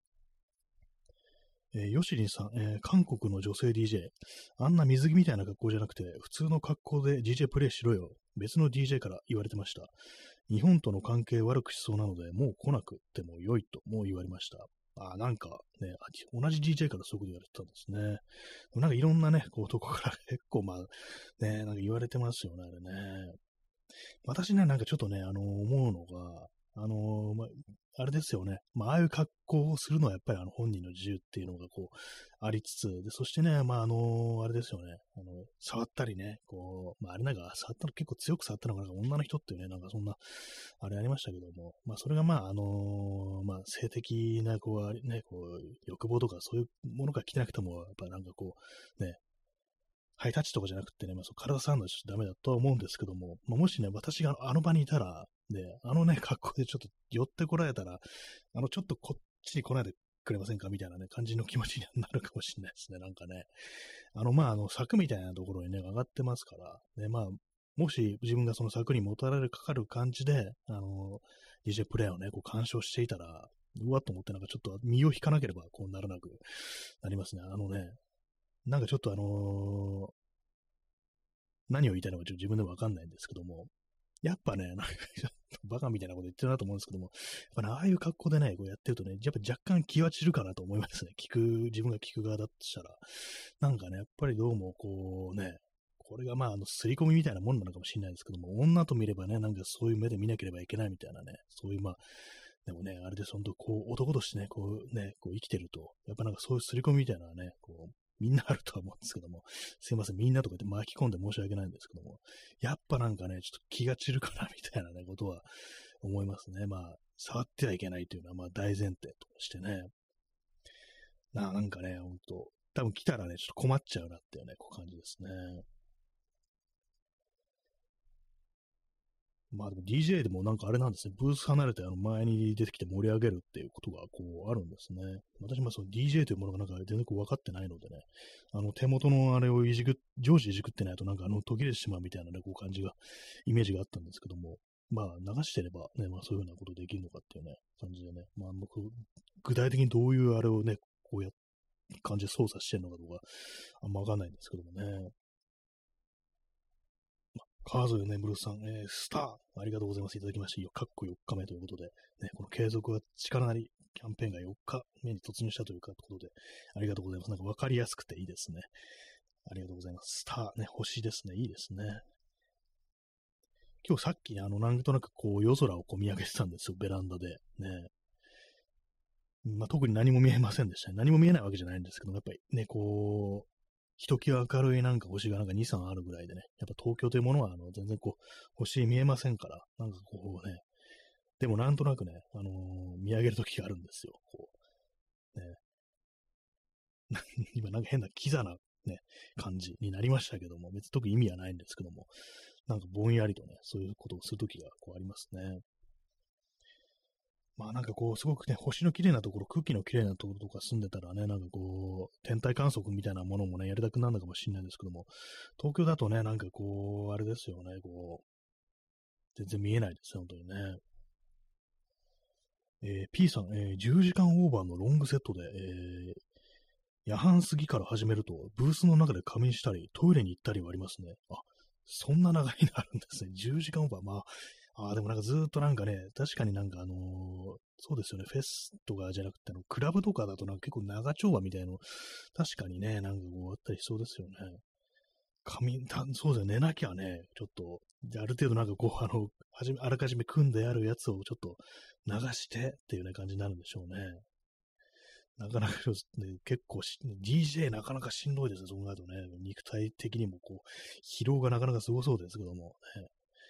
Speaker 1: ヨシリンさん、韓国の女性 DJ、あんな水着みたいな格好じゃなくて、普通の格好で DJ プレイしろよ。別の DJ から言われてました。日本との関係悪くしそうなので、もう来なくても良いと、もう言われました。なんかね、同じ DJ からそういうこと言われてたんですね。なんかいろんなね、こう、とこから結構ね、なんか言われてますよね、あれね。私ね、なんかちょっとね、思うのが、あれですよね。ああいう格好をするのはやっぱり本人の自由っていうのがこう、ありつつ、で、そしてね、あれですよね。触ったりね、こう、あれなんか、触ったの結構強く触ったのが、なんか女の人っていうね、なんかそんな、あれありましたけども、それが性的な、こう、ね、こう、欲望とかそういうものが来てなくても、やっぱなんかこう、ね、ハイタッチとかじゃなくてね、そう体触るのはちょっとダメだとは思うんですけども、もしね、私があの場にいたら、で、ね、格好でちょっと寄ってこられたら、ちょっとこっちに来ないでくれませんかみたいなね、感じの気持ちになるかもしれないですね、なんかね。柵みたいなところにね、上がってますから、ね、もし自分がその柵にもたれかかる感じで、DJ プレイをね、こう鑑賞していたら、うわっと思ってなんかちょっと身を引かなければこうならなくなりますね。なんかちょっと何を言いたいのかちょっと自分でもわかんないんですけども、やっぱね、なんかちょっとバカみたいなこと言ってるなと思うんですけども、やっぱああいう格好でね、こうやってるとね、やっぱ若干気は散るかなと思いますね。自分が聞く側だとしたら。なんかね、やっぱりどうもこうね、これが刷り込みみたいなもんなのかもしれないですけども、女と見ればね、なんかそういう目で見なければいけないみたいなね、そういうでもね、あれで本当こう、男としてね、こう生きてると、やっぱなんかそういう刷り込みみたいなのはね、こう、みんなあるとは思うんですけども、すいません、みんなとか言って巻き込んで申し訳ないんですけども、やっぱなんかね、ちょっと気が散るかな、みたいなね、ことは思いますね。触ってはいけないというのは、大前提としてね。なんかね、ほんと、多分来たらね、ちょっと困っちゃうなっていうね、こう感じですね。でも DJ でもなんかあれなんですね、ブース離れて前に出てきて盛り上げるっていうことがこうあるんですね。私その DJ というものがなんか全然こう分かってないのでね、手元のあれを常時いじくってないとなんか途切れてしまうみたいなね、こう感じが、イメージがあったんですけども、流してればね、そういうふうなことできるのかっていうね、感じでね、こう具体的にどういうあれをね、こう感じで操作してるのかとか、あんまわかんないんですけどもね。川添ね、ブルーさん、スター、ありがとうございます。いただきまして、かっこ4日目ということで、ね、この継続は力なりキャンペーンが4日目に突入したというか、ということで、ありがとうございます。なんかわかりやすくていいですね。ありがとうございます。スター、ね、星ですね。いいですね。今日さっきね、なんとなくこう、夜空をこう見上げてたんですよ、ベランダで。ね。特に何も見えませんでしたね。何も見えないわけじゃないんですけども、やっぱりね、こう、ひときわ明るいなんか星がなんか2、3あるぐらいでね、やっぱ東京というものは全然こう、星見えませんから、なんかこうね、でもなんとなくね、見上げるときがあるんですよ。こう、ね、今なんか変なキザなね、感じになりましたけども、別に特に意味はないんですけども、なんかぼんやりとね、そういうことをするときがこうありますね。なんかこう、すごくね、星の綺麗なところ、空気の綺麗なところとか住んでたらね、なんかこう、天体観測みたいなものもね、やりたくなるのかもしれないですけども、東京だとね、なんかこう、あれですよね、こう、全然見えないですよ、本当にね。P さん、10時間オーバーのロングセットで、夜半過ぎから始めると、ブースの中で仮眠したり、トイレに行ったりはありますね。そんな長いになるんですね。10時間オーバー。でもなんかずーっとなんかね、確かになんかそうですよね、フェスとかじゃなくて、クラブとかだとなんか結構長丁場みたいの、確かにね、なんかこうあったりしそうですよね。そうですよね、寝なきゃね、ちょっと、ある程度なんかこう、あらかじめ組んであるやつをちょっと流してっていうね、感じになるんでしょうね。なかなかね、結構DJ なかなかしんどいですね、そうなるとね、肉体的にもこう、疲労がなかなかすごそうですけども、ね、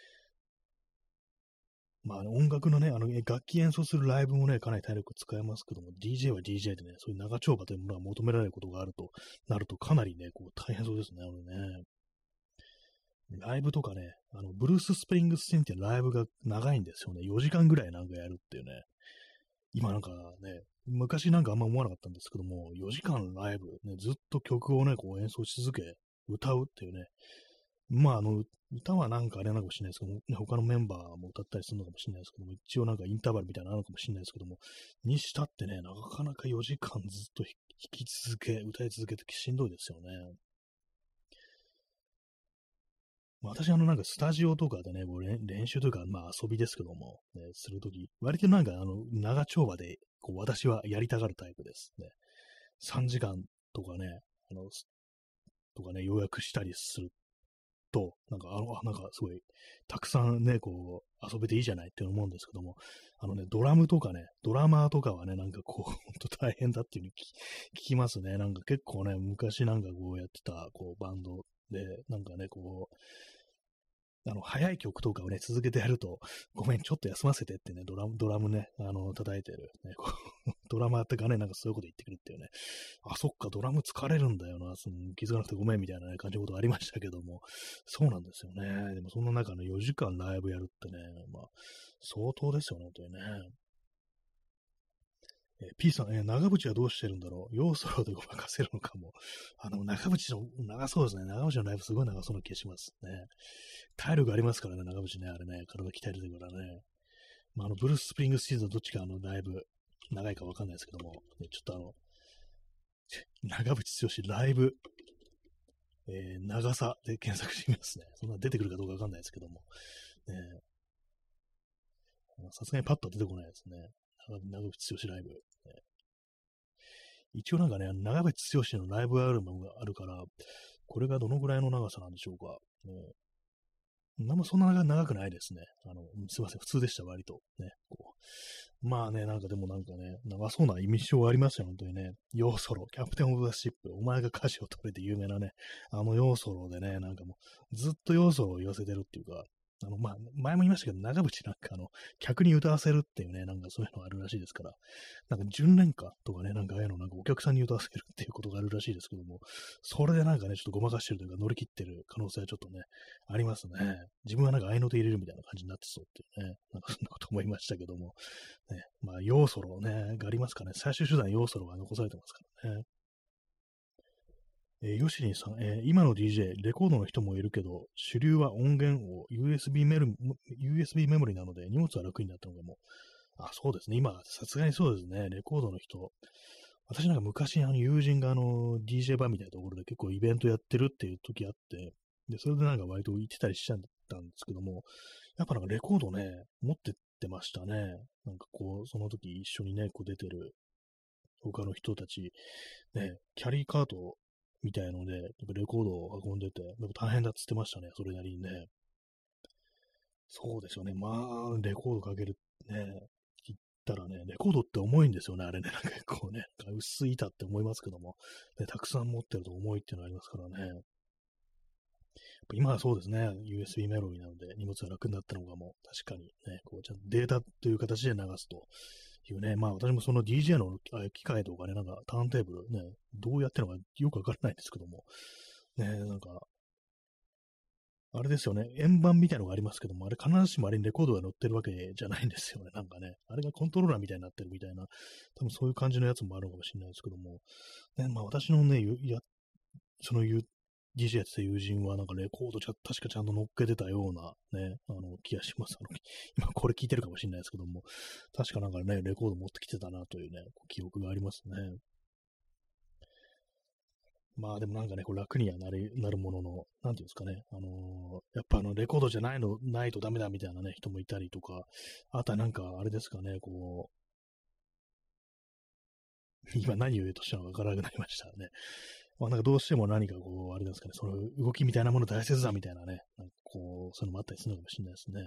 Speaker 1: 音楽のね、楽器演奏するライブもね、かなり体力使えますけども、DJ は DJ でね、そういう長丁場というものが求められることがあるとなると、かなりね、こう、大変そうですね、ね。 ライブとかね、ブルース・スプリングスティーンってライブが長いんですよね。4時間ぐらいなんかやるっていうね。今なんかね、昔なんかあんま思わなかったんですけども、4時間ライブ、ね、ずっと曲をね、こう演奏し続け、歌うっていうね。まあ、歌はなんかあれなのかもしれないですけども、ね、他のメンバーも歌ったりするのかもしれないですけども、一応なんかインターバルみたいなのあるのかもしれないですけども、にしたってね、なかなか4時間ずっと弾き続け、歌い続けてしんどいですよね。私なんかスタジオとかでね、こう練習というか、まあ遊びですけども、ね、するとき、割となんか長丁場で、こう私はやりたがるタイプですね。3時間とかね、要約したりすると、なんかなんかすごい、たくさんね、こう、遊べていいじゃないって思うんですけども、ドラムとかね、ドラマーとかはね、なんかこう、ほんと大変だっていうふうに聞きますね。なんか結構ね、昔なんかこうやってた、こう、バンドで、なんかね、こう、早い曲とかをね、続けてやると、ごめん、ちょっと休ませてってね、ドラムね、叩いてる、ね、こうドラマーってかね、なんかそういうこと言ってくるっていうね、あ、そっか、ドラム疲れるんだよな、気づかなくてごめんみたいな、ね、感じのことありましたけども、そうなんですよね。でもそんな中ね、4時間ライブやるってね、まあ、相当ですよね、本当にね。P さん、長渕はどうしてるんだろう。要ソロでごまかせるのかも。長渕の、長そうですね。長渕のライブすごい長そうな気がしますね。体力ありますからね、長渕ね、あれね、体鍛えてるからね。まあ、ブルース・スプリングスティーンのどっちかライブ、長いかわかんないですけども、ね、ちょっと長渕剛ライブ、長さで検索してみますね。そんな出てくるかどうかわかんないですけども。さすがにパッと出てこないですね。長渕剛ライブ。一応なんかね、長渕剛のライブアルバムがあるから、これがどのぐらいの長さなんでしょうか。そんな長くないですね。すいません、普通でした、割と。ね、こう。まあね、なんかでもなんかね、長そうな印象ありますよ、本当にね。ヨーソロ、キャプテンオブザシップ、お前が歌詞を取れて有名なね、ヨーソロでね、なんかもう、ずっとヨーソロを言わせてるっていうか、まあ、前も言いましたけど、長渕なんか客に歌わせるっていうね、なんかそういうのがあるらしいですから、なんか純恋歌とかね、なんかああいうのなんかお客さんに歌わせるっていうことがあるらしいですけども、それでなんかね、ちょっとごまかしてるというか乗り切ってる可能性はちょっとね、ありますね。自分はなんか合いの手入れるみたいな感じになってそうっていうね、なんかそんなこと思いましたけども、ね、まあ、要ソロね、がありますかね。最終手段要ソロが残されてますからね。ヨシリンさん、今の DJ、レコードの人もいるけど、主流は音源を USB メモリなので荷物は楽になったのかも。あ、そうですね。今、さすがにそうですね。レコードの人。私なんか昔、友人がDJ バーみたいなところで結構イベントやってるっていう時あって、で、それでなんか割と行ってたりしちゃったんですけども、やっぱなんかレコードね、持ってってましたね。なんかこう、その時一緒にね、こう出てる他の人たち、ね、キャリーカートみたいので、やっぱレコードを運んでて、やっぱ大変だっつってましたね、それなりにね。そうですよね。まあ、レコードかけるね、言ったらね、レコードって重いんですよね、あれね。なんか結構ね、薄い板って思いますけども、ね、たくさん持ってると重いっていうのがありますからね。今はそうですね、USB メロディーなので荷物が楽になったのがもう確かにね、こうちゃんとデータという形で流すというね、まあ私もその DJ の機械とかね、なんかターンテーブルね、どうやってるのかよくわからないんですけども、ね、なんか、あれですよね、円盤みたいなのがありますけども、あれ必ずしもあれにレコードが載ってるわけじゃないんですよね、なんかね。あれがコントローラーみたいになってるみたいな、多分そういう感じのやつもあるのかもしれないですけども、ね、まあ私のね、その DJ やってた友人はなんかレコード確かちゃんと乗っけてたようなね、気がします。今これ聞いてるかもしれないですけども、確かなんかね、レコード持ってきてたなというね、記憶がありますね。まあでもなんかね、こう楽にはなるものの、なんていうんですかね、やっぱレコードじゃないとダメだみたいなね、人もいたりとか、あとはなんかあれですかね、こう、今何を言うとしたのかわからなくなりましたね。まあなんかどうしても何かこう、あれですかね、その動きみたいなもの大切だみたいなね、なんかこう、そういうのもあったりするのかもしれないですね。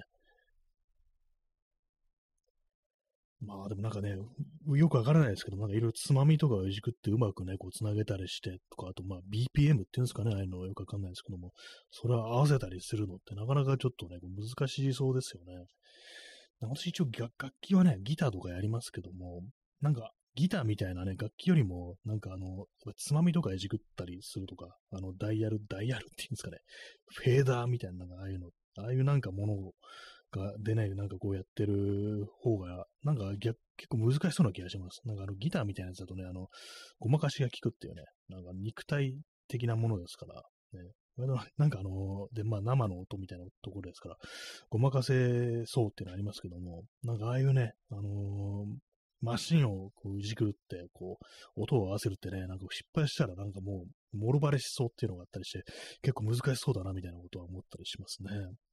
Speaker 1: まあでもなんかね、よくわからないですけど、なんかいろいろつまみとかをいじくってうまくね、こうつなげたりしてとか、あとまあ BPM っていうんですかね、ああいうのはよくわかんないですけども、それは合わせたりするのってなかなかちょっとね、こう難しそうですよね。私一応楽器はね、ギターとかやりますけども、なんかギターみたいなね、楽器よりも、なんかつまみとかいじくったりするとか、ダイヤルっていうんですかね、フェーダーみたいな、なんかああいうなんかものが出ないでなんかこうやってる方が、なんか結構難しそうな気がします。なんかギターみたいなやつだとね、ごまかしが効くっていうね、なんか肉体的なものですから、ね、なんかで、まあ生の音みたいなところですから、ごまかせそうっていうのありますけども、なんかああいうね、マシンをこういじくって、こう、音を合わせるってね、なんか失敗したらなんかもう、もろバレしそうっていうのがあったりして、結構難しそうだなみたいなことは思ったりしますね。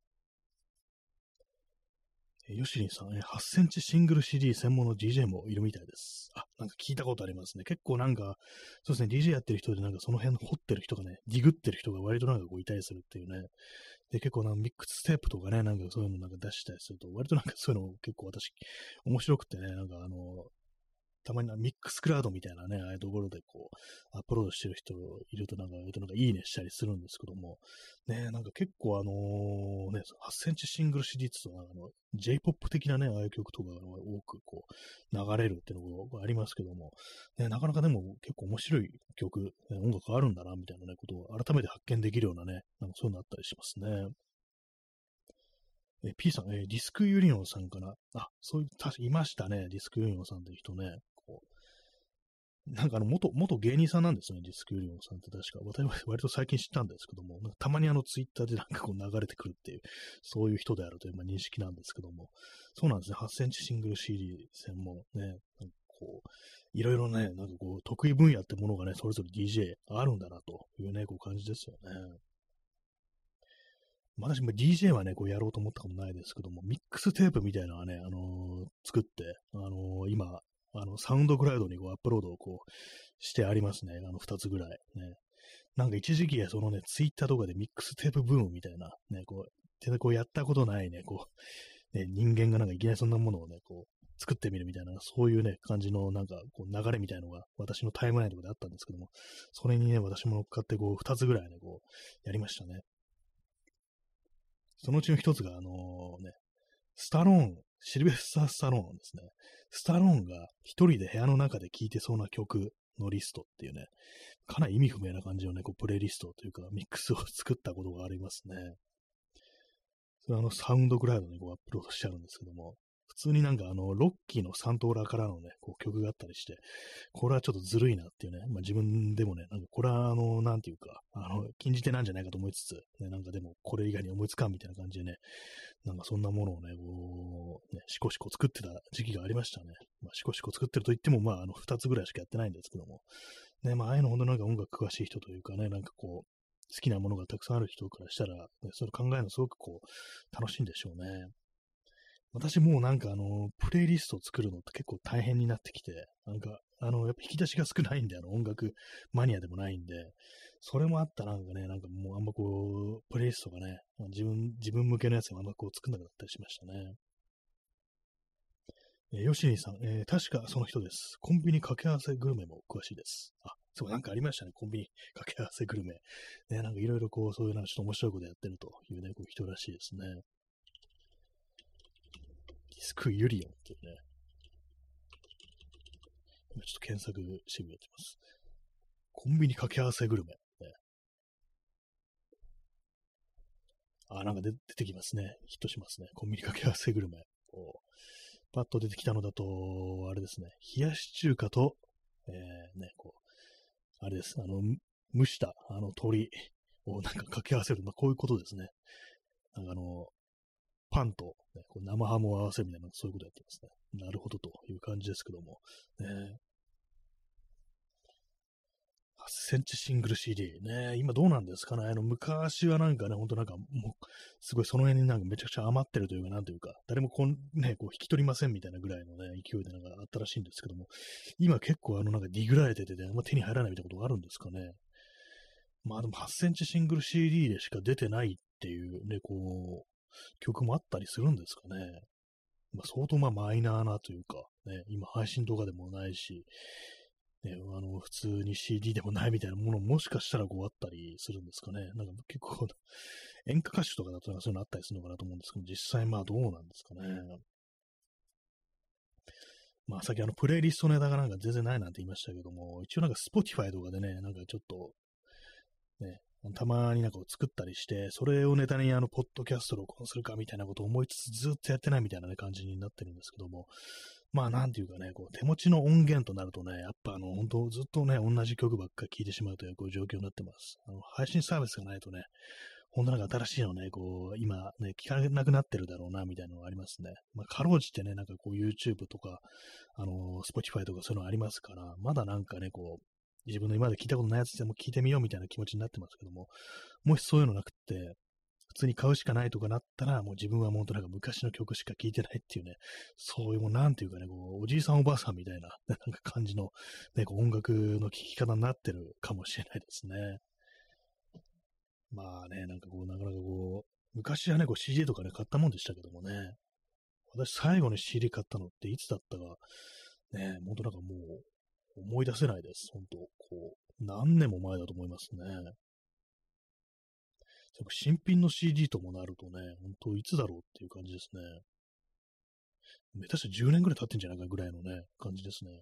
Speaker 1: ヨシリンさん、8センチシングル CD 専門の DJ もいるみたいです。あ、なんか聞いたことありますね。結構なんか、そうですね、DJ やってる人でなんかその辺掘ってる人がね、ディグってる人が割となんかこういたりするっていうね。で、結構なんかミックステープとかね、なんかそういうのなんか出したりすると、割となんかそういうの結構私面白くてね、なんかたまにミックスクラウドみたいなね、ああいうところでこう、アップロードしてる人いるとなんか、いいねしたりするんですけども、ね、なんか結構ね、8センチシングルシリーズとかJ-POP 的なね、ああいう曲とかが多くこう、流れるっていうのがありますけども、ね、なかなかでも結構面白い曲、音楽あるんだな、みたいなね、ことを改めて発見できるようなね、なんかそういうのあったりしますね。P さん、ディスクユニオンさんかな。あ、そういう、いましたね。ディスクユニオンさんっていう人ね。なんか元芸人さんなんですよね、ディスクユリオンさんって確か。私は割と最近知ったんですけども、なんかたまにツイッターでなんかこう流れてくるっていう、そういう人であるという認識なんですけども、そうなんですね、8センチシングル CD 専門ね、なんかこう、いろいろね、なんかこう、得意分野ってものがね、それぞれ DJ あるんだなというね、こう感じですよね。私も DJ はね、こうやろうと思ったことないですけども、ミックステープみたいなのはね、作って、今、サウンドクラウドにこうアップロードをこうしてありますね。2つぐらい。ね。なんか一時期、そのね、ツイッターとかでミックステープブームみたいな、ね、こう、こうやったことないね、こう、ね、人間がなんかいきなりそんなものをね、こう、作ってみるみたいな、そういうね、感じのなんか、こう、流れみたいのが、私のタイムラインとかであったんですけども、それにね、私も乗っかって、こう、2つぐらいね、こう、やりましたね。そのうちの一つが、スタローン、シルベスター・スタローンですね。スタローンが一人で部屋の中で聴いてそうな曲のリストっていうね、かなり意味不明な感じのね、こうプレイリストというか、ミックスを作ったことがありますね。それサウンドクラウドにこうアップロードしてあるんですけども、普通になんかロッキーのサントーラからのね、こう曲があったりして、これはちょっとずるいなっていうね、まあ自分でもね、なんかこれはなんていうか、禁じ手なんじゃないかと思いつつ、ね、なんかでもこれ以外に思いつかんみたいな感じでね、なんかそんなものをね、こう、ね、シコシコ作ってた時期がありましたね。まあ、シコシコ作ってると言っても、まあ、二つぐらいしかやってないんですけども。ね、まあ、ああいうの本当なんか音楽詳しい人というかね、なんかこう、好きなものがたくさんある人からしたら、ね、それ考えるのすごくこう、楽しいんでしょうね。私もうなんかプレイリストを作るのって結構大変になってきて、なんか、やっぱ引き出しが少ないんで、音楽マニアでもないんで、それもあったなんかね、なんかもうあんまこう、プレイリストがね、自分向けのやつがあんまこう作んなくなったりしましたね。ヨシニさん、確かその人です。コンビニ掛け合わせグルメも詳しいです。あ、そう、なんかありましたね。コンビニ掛け合わせグルメ。ね、なんかいろいろこう、そういうなんかちょっと面白いことやってるというね、こう人らしいですね。ディスクユリオンっていうね、今ちょっと検索してみてます。コンビニ掛け合わせグルメ。ね、あ、なんか出てきますね。ヒットしますね。コンビニ掛け合わせグルメ。こうパッと出てきたのだと、あれですね。冷やし中華と、ね、こう、あれです。蒸した鶏をなんか掛け合わせる。まあ、こういうことですね。なんかパンと、ね、こう生ハムを合わせるみたいな、そういうことやってますね。なるほどという感じですけども。ね、8センチシングル CD ね、今どうなんですかね。昔はなんかね、ほんとなんかもう、すごいその辺になんかめちゃくちゃ余ってるというか、なんというか、誰もね、こう引き取りませんみたいなぐらいのね、勢いでなんかあったらしいんですけども、今結構なんかディグられてて、ね、あんま手に入らないみたいなことがあるんですかね。まあでも8センチシングル CD でしか出てないっていうね、こう、曲もあったりするんですかね。まあ、相当まあマイナーなというか、ね、今配信とかでもないし、ね、普通に CD でもないみたいなものもしかしたらこうあったりするんですかね。なんか結構、演歌歌手とかだとそういうのあったりするのかなと思うんですけど、実際まあどうなんですかね。 まあ、さっきプレイリストネタがなんか全然ないなんて言いましたけども、一応なんか Spotify とかでね、なんかちょっと、ね、たまになんか作ったりして、それをネタにポッドキャスト録音するかみたいなことを思いつつずっとやってないみたいなね、感じになってるんですけども、まあなんていうかね、こう手持ちの音源となるとね、やっぱ本当ずっとね、同じ曲ばっかり聴いてしまうというこういう状況になってます。配信サービスがないとね、本当なんか新しいのね、こう、今ね、聞かなくなってるだろうな、みたいなのがありますね。まあ、かろうじてね、なんかこう YouTube とか、Spotify とかそういうのありますから、まだなんかね、こう、自分の今まで聞いたことないやつでも聞いてみようみたいな気持ちになってますけども、もしそういうのなくって、普通に買うしかないとかなったら、もう自分はもうなんか昔の曲しか聴いてないっていうね、そういうもうなんていうかね、こう、おじいさんおばあさんみたいな、なんか感じの、ね、こう音楽の聴き方になってるかもしれないですね。まあね、なんかこう、なかなかこう、昔はね、こう CD とかね、買ったもんでしたけどもね、私最後に CD 買ったのっていつだったか、ね、ほんとなんかもう、思い出せないです。ほんと、こう、何年も前だと思いますね。新品の CD ともなるとね、ほんといつだろうっていう感じですね。下手して10年ぐらい経ってんじゃないかぐらいのね、感じですね。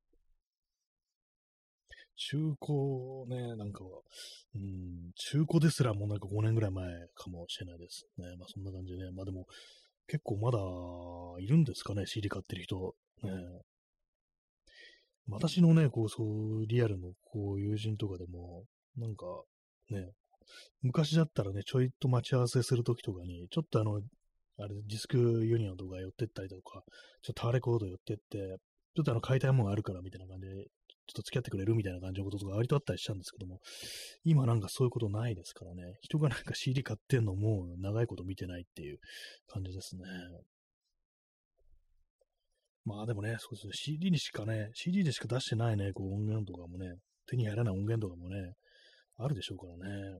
Speaker 1: 中古ね、なんかは、中古ですらもうなんか5年ぐらい前かもしれないですね。まあそんな感じでね。まあでも、結構まだいるんですかね、CD 買ってる人。ね、私のね、こう、そう、リアルのこう友人とかでも、なんかね、昔だったらね、ちょいと待ち合わせするときとかに、ちょっとあれ、ディスクユニオンとか寄ってったりとか、ちょっとタワレコード寄ってって、ちょっと買いたいもんあるからみたいな感じで、ちょっと付き合ってくれるみたいな感じのこととか割とあったりしたんですけども、今なんかそういうことないですからね、人がなんか CD 買ってんのも長いこと見てないっていう感じですね。まあでもね、そうですね、CD にしかね、CD でしか出してないね、こう音源とかもね、手に入らない音源とかもね、あるでしょうからね。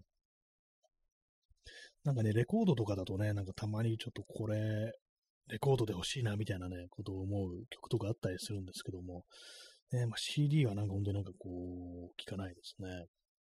Speaker 1: なんかね、レコードとかだとね、なんかたまにちょっとこれ、レコードで欲しいなみたいなね、ことを思う曲とかあったりするんですけども、ね、まあ、CD はなんか本当になんかこう、聞かないですね。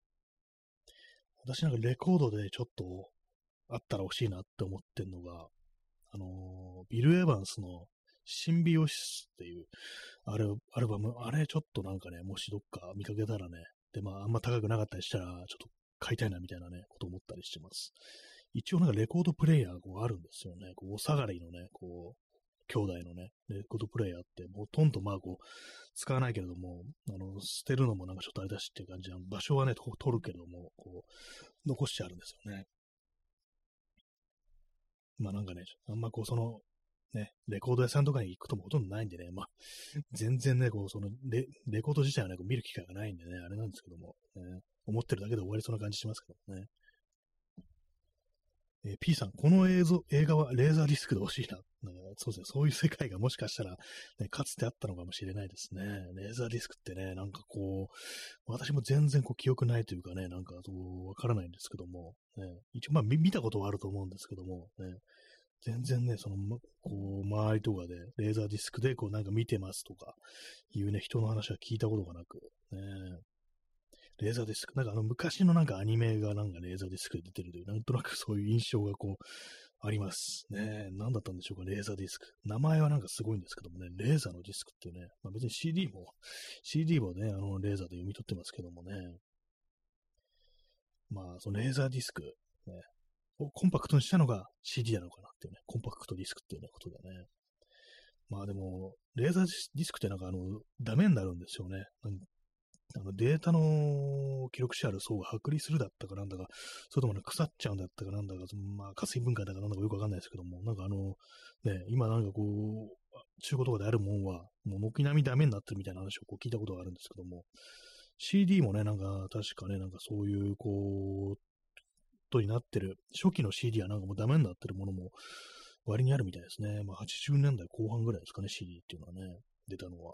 Speaker 1: 私なんかレコードでちょっとあったら欲しいなって思ってんのが、ビル・エヴァンスのシンビオシスっていう、アルバム、あれちょっとなんかね、もしどっか見かけたらね、で、まああんま高くなかったりしたら、ちょっと買いたいなみたいなね、こと思ったりしてます。一応なんかレコードプレイヤーがこうあるんですよね。こうお下がりのね、こう、兄弟のね、レコードプレイヤーって、ほとんどまあこう、使わないけれども、捨てるのもなんかちょっとあれだしっていう感じで、場所はね、取るけれども、こう、残してあるんですよね。まあなんかね、あんまこう、ね、レコード屋さんとかに行くこともほとんどないんでね、まあ、全然ね、こう、レコード自体はね、こう見る機会がないんでね、あれなんですけども、思ってるだけで終わりそうな感じしますけどね。P さん、この映画はレーザーディスクで欲しいな。なんかそうですね、そういう世界がもしかしたら、ね、かつてあったのかもしれないですね。レーザーディスクってね、なんかこう、私も全然こう記憶ないというかね、なんかわからないんですけども、ね、一応まあ見たことはあると思うんですけども、ね、全然ね、こう、周りとかで、レーザーディスクでこうなんか見てますとか、いうね、人の話は聞いたことがなく、ね、レーザーディスク。なんか昔のなんかアニメがなんかレーザーディスクで出てるという、なんとなくそういう印象がこう、ありますね。何だったんでしょうか、レーザーディスク。名前はなんかすごいんですけどもね、レーザーのディスクってね、まあ、別に CD もね、レーザーで読み取ってますけどもね、まあ、そのレーザーディスク、ね、をコンパクトにしたのが CD なのかなっていうね、コンパクトディスクっていうね、ことでね。まあでも、レーザーディスクってなんかダメになるんですよね。データの記録してある層が剥離するだったかなんだか、それともね、腐っちゃうんだったかなんだか、まあ、活性分解だかなんだかよくわかんないですけども、なんかね、今なんかこう、中古とかであるもんは、もう軒並みダメになってるみたいな話をこう聞いたことがあるんですけども、CD もね、なんか確かね、なんかそういう、こう、とになってる、初期の CD はなんかもうダメになってるものも割にあるみたいですね。まあ80年代後半ぐらいですかね、CD っていうのはね、出たのは。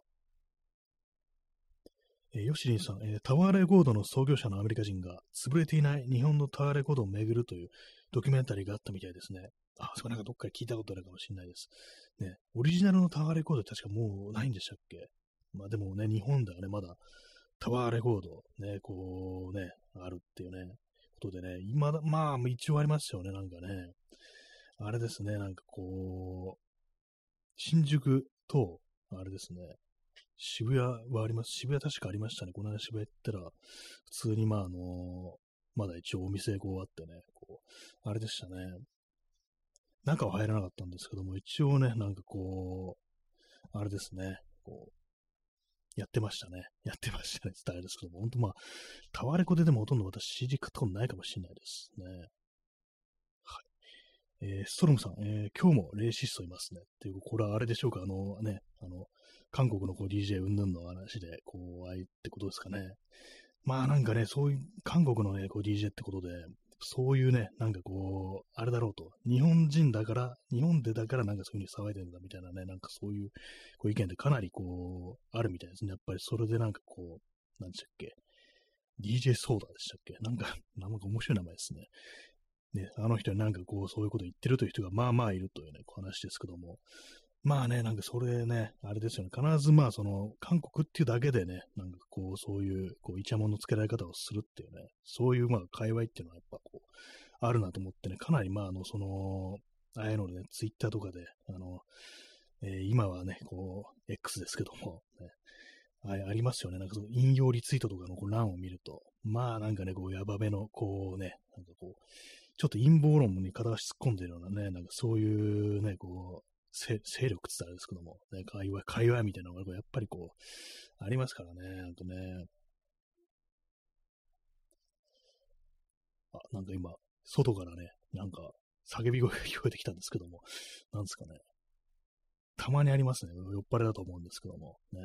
Speaker 1: ヨシリンさん、タワーレコードの創業者のアメリカ人が潰れていない日本のタワーレコードを巡るというドキュメンタリーがあったみたいですね。あ、そこなんかどっかで聞いたことあるかもしれないです。ね、オリジナルのタワーレコード確かもうないんでしたっけ？まあでもね、日本ではね、まだタワーレコード、ね、こうね、あるっていうね、ことでね、今だ、まあ一応ありますよね、なんかね。あれですね、なんかこう、新宿とあれですね、渋谷はあります。渋谷確かありましたね。この間渋谷行ったら、普通にまだ一応お店こうあってね、あれでしたね。中は入らなかったんですけども、一応ね、なんかあれですね、やってましたね。やってましたね。伝えですけども、本当タワレコででもほとんど私 CD 買ったことないかもしれないですね。はい。ストロムさん、今日もレーシストいますね。っていう、これはあれでしょうか、韓国のDJ 云々の話で、ああいってことですかね。まあなんかね、そういう、韓国のね、DJ ってことで、そういうね、なんかあれだろうと、日本人だから、日本でだからなんかそういう風に騒いでるんだみたいなね、なんかそういう意見でかなりあるみたいですね。やっぱりそれでなんかなんでしたっけ、DJ ソーダでしたっけ、なんか、なんか面白い名前ですね。ね、あの人になんかそういうこと言ってるという人がまあまあいるというね、話ですけども、まあね、なんかそれね、あれですよね。必ずその、韓国っていうだけでね、なんかそういう、イチャモンのつけられ方をするっていうね、そういう界隈っていうのはやっぱあるなと思ってね、かなりああいうのでね、ツイッターとかで、今はね、X ですけども、ね、ありますよね。なんかその引用リツイートとかの欄を見ると、まあなんかね、ヤバめの、なんかちょっと陰謀論に片足突っ込んでるようなね、なんかそういうね、勢力って言ったらあれですけども、ね、会話みたいなのがやっぱりありますからね、ほんとね。なんか今、外からね、なんか叫び声が聞こえてきたんですけども、なんですかね。たまにありますね。酔っ払いだと思うんですけども。ね、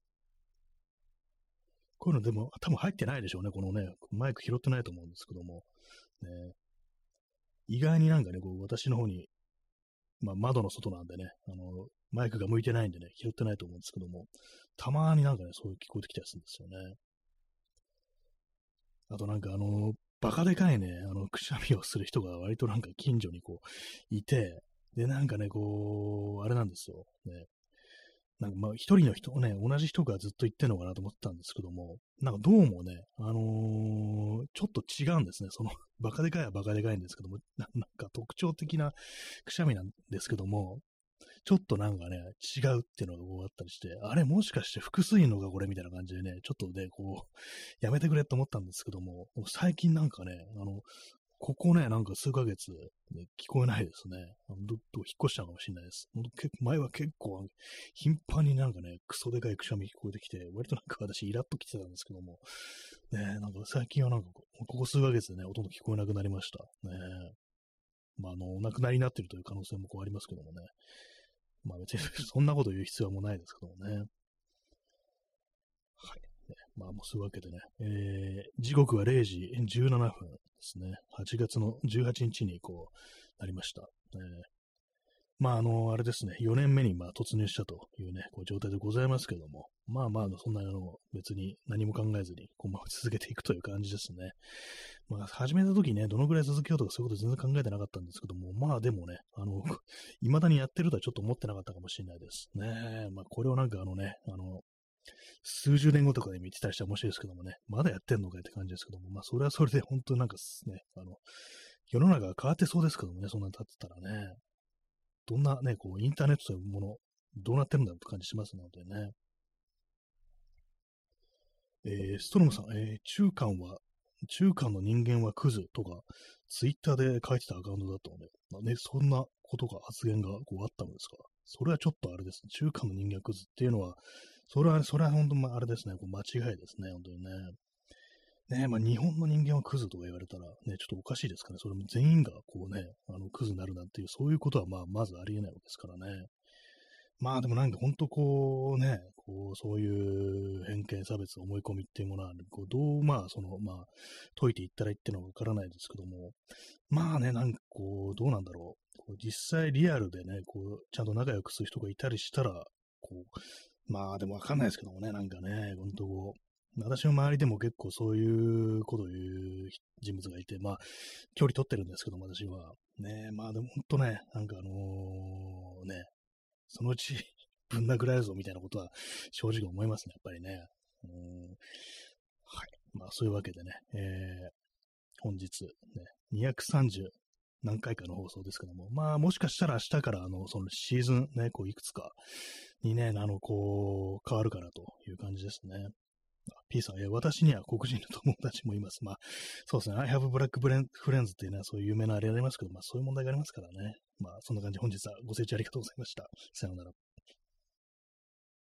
Speaker 1: こういうのでも多分入ってないでしょうね。このね、マイク拾ってないと思うんですけども。ね、意外になんかね、私の方に窓の外なんでね、マイクが向いてないんでね、拾ってないと思うんですけども、たまになんかね、そういう聞こえてきたりするんですよね。あとなんかバカでかいね、くしゃみをする人が割となんか近所にいて、で、なんかね、あれなんですよ。ね。なんか一人の人ね、同じ人がずっと言ってんのかなと思ったんですけども、なんかどうもね、ちょっと違うんですね。その、バカでかいはバカでかいんですけども、なんか特徴的なくしゃみなんですけども、ちょっとなんかね、違うっていうのがあったりして、あれもしかして複数いんのかこれみたいな感じでね、ちょっとね、やめてくれって思ったんですけども、最近なんかね、ここね、なんか数ヶ月、ね、聞こえないですね。引っ越したのかもしれないです。前は結構、頻繁になんかね、クソでかいくしゃみ聞こえてきて、割となんか私イラッときてたんですけども、ね、なんか最近はなんかここ数ヶ月でね、ほとんど聞こえなくなりました。ね、お亡くなりになっているという可能性もありますけどもね。別にそんなこと言う必要はもうないですけどもね。はい。ね、もうそういうわけでね、時刻は0時17分ですね。8月の18日になりました。あれですね、4年目に突入したというね、状態でございますけども、そんな別に何も考えずに、続けていくという感じですね。始めた時ね、どのぐらい続けようとかそういうこと全然考えてなかったんですけども、でもね、未だにやってるとはちょっと思ってなかったかもしれないですね。これをなんか数十年後とかで見てたりしたら面白いですけどもね、まだやってんのかいって感じですけども、それはそれで本当になんかね、世の中が変わってそうですけどもね、そんなに経ってたらね、どんなね、インターネットというもの、どうなってるんだろうって感じしますのでね。ストロムさん、中間の人間はクズとか、ツイッターで書いてたアカウントだったので、そんなことが発言があったのですか。それはちょっとあれですね。中間の人間はクズっていうのは、それは本当にあれですね。間違いですね。本当にね。ね日本の人間はクズとか言われたら、ね、ちょっとおかしいですかね。それも全員がクズになるなんていう、そういうことはまずありえないわけですからね。でもなんか本当そういう偏見、差別、思い込みっていうものは、どう解いていったらいいっていうのはわからないですけども、なんかどうなんだろう。実際リアルでね、ちゃんと仲良くする人がいたりしたら、でもわかんないですけどもね、なんかね、本当私の周りでも結構そういうことを言う人物がいて、距離取ってるんですけども、私は。ね、でも本当ね、なんかね、そのうちぶん殴られるぞみたいなことは正直思いますね、やっぱりね。はい。そういうわけでね、本日、ね、230 何回かの放送ですけども、まあ、もしかしたら明日から、そのシーズンね、こう、いくつかにね、こう、変わるかなという感じですね。P さん、私には黒人の友達もいます。まあ、そうですね。I have black friends っていうね、そういう有名なあれありますけど、まあ、そういう問題がありますからね。まあ、そんな感じで本日はご清聴ありがとうございました。さようなら。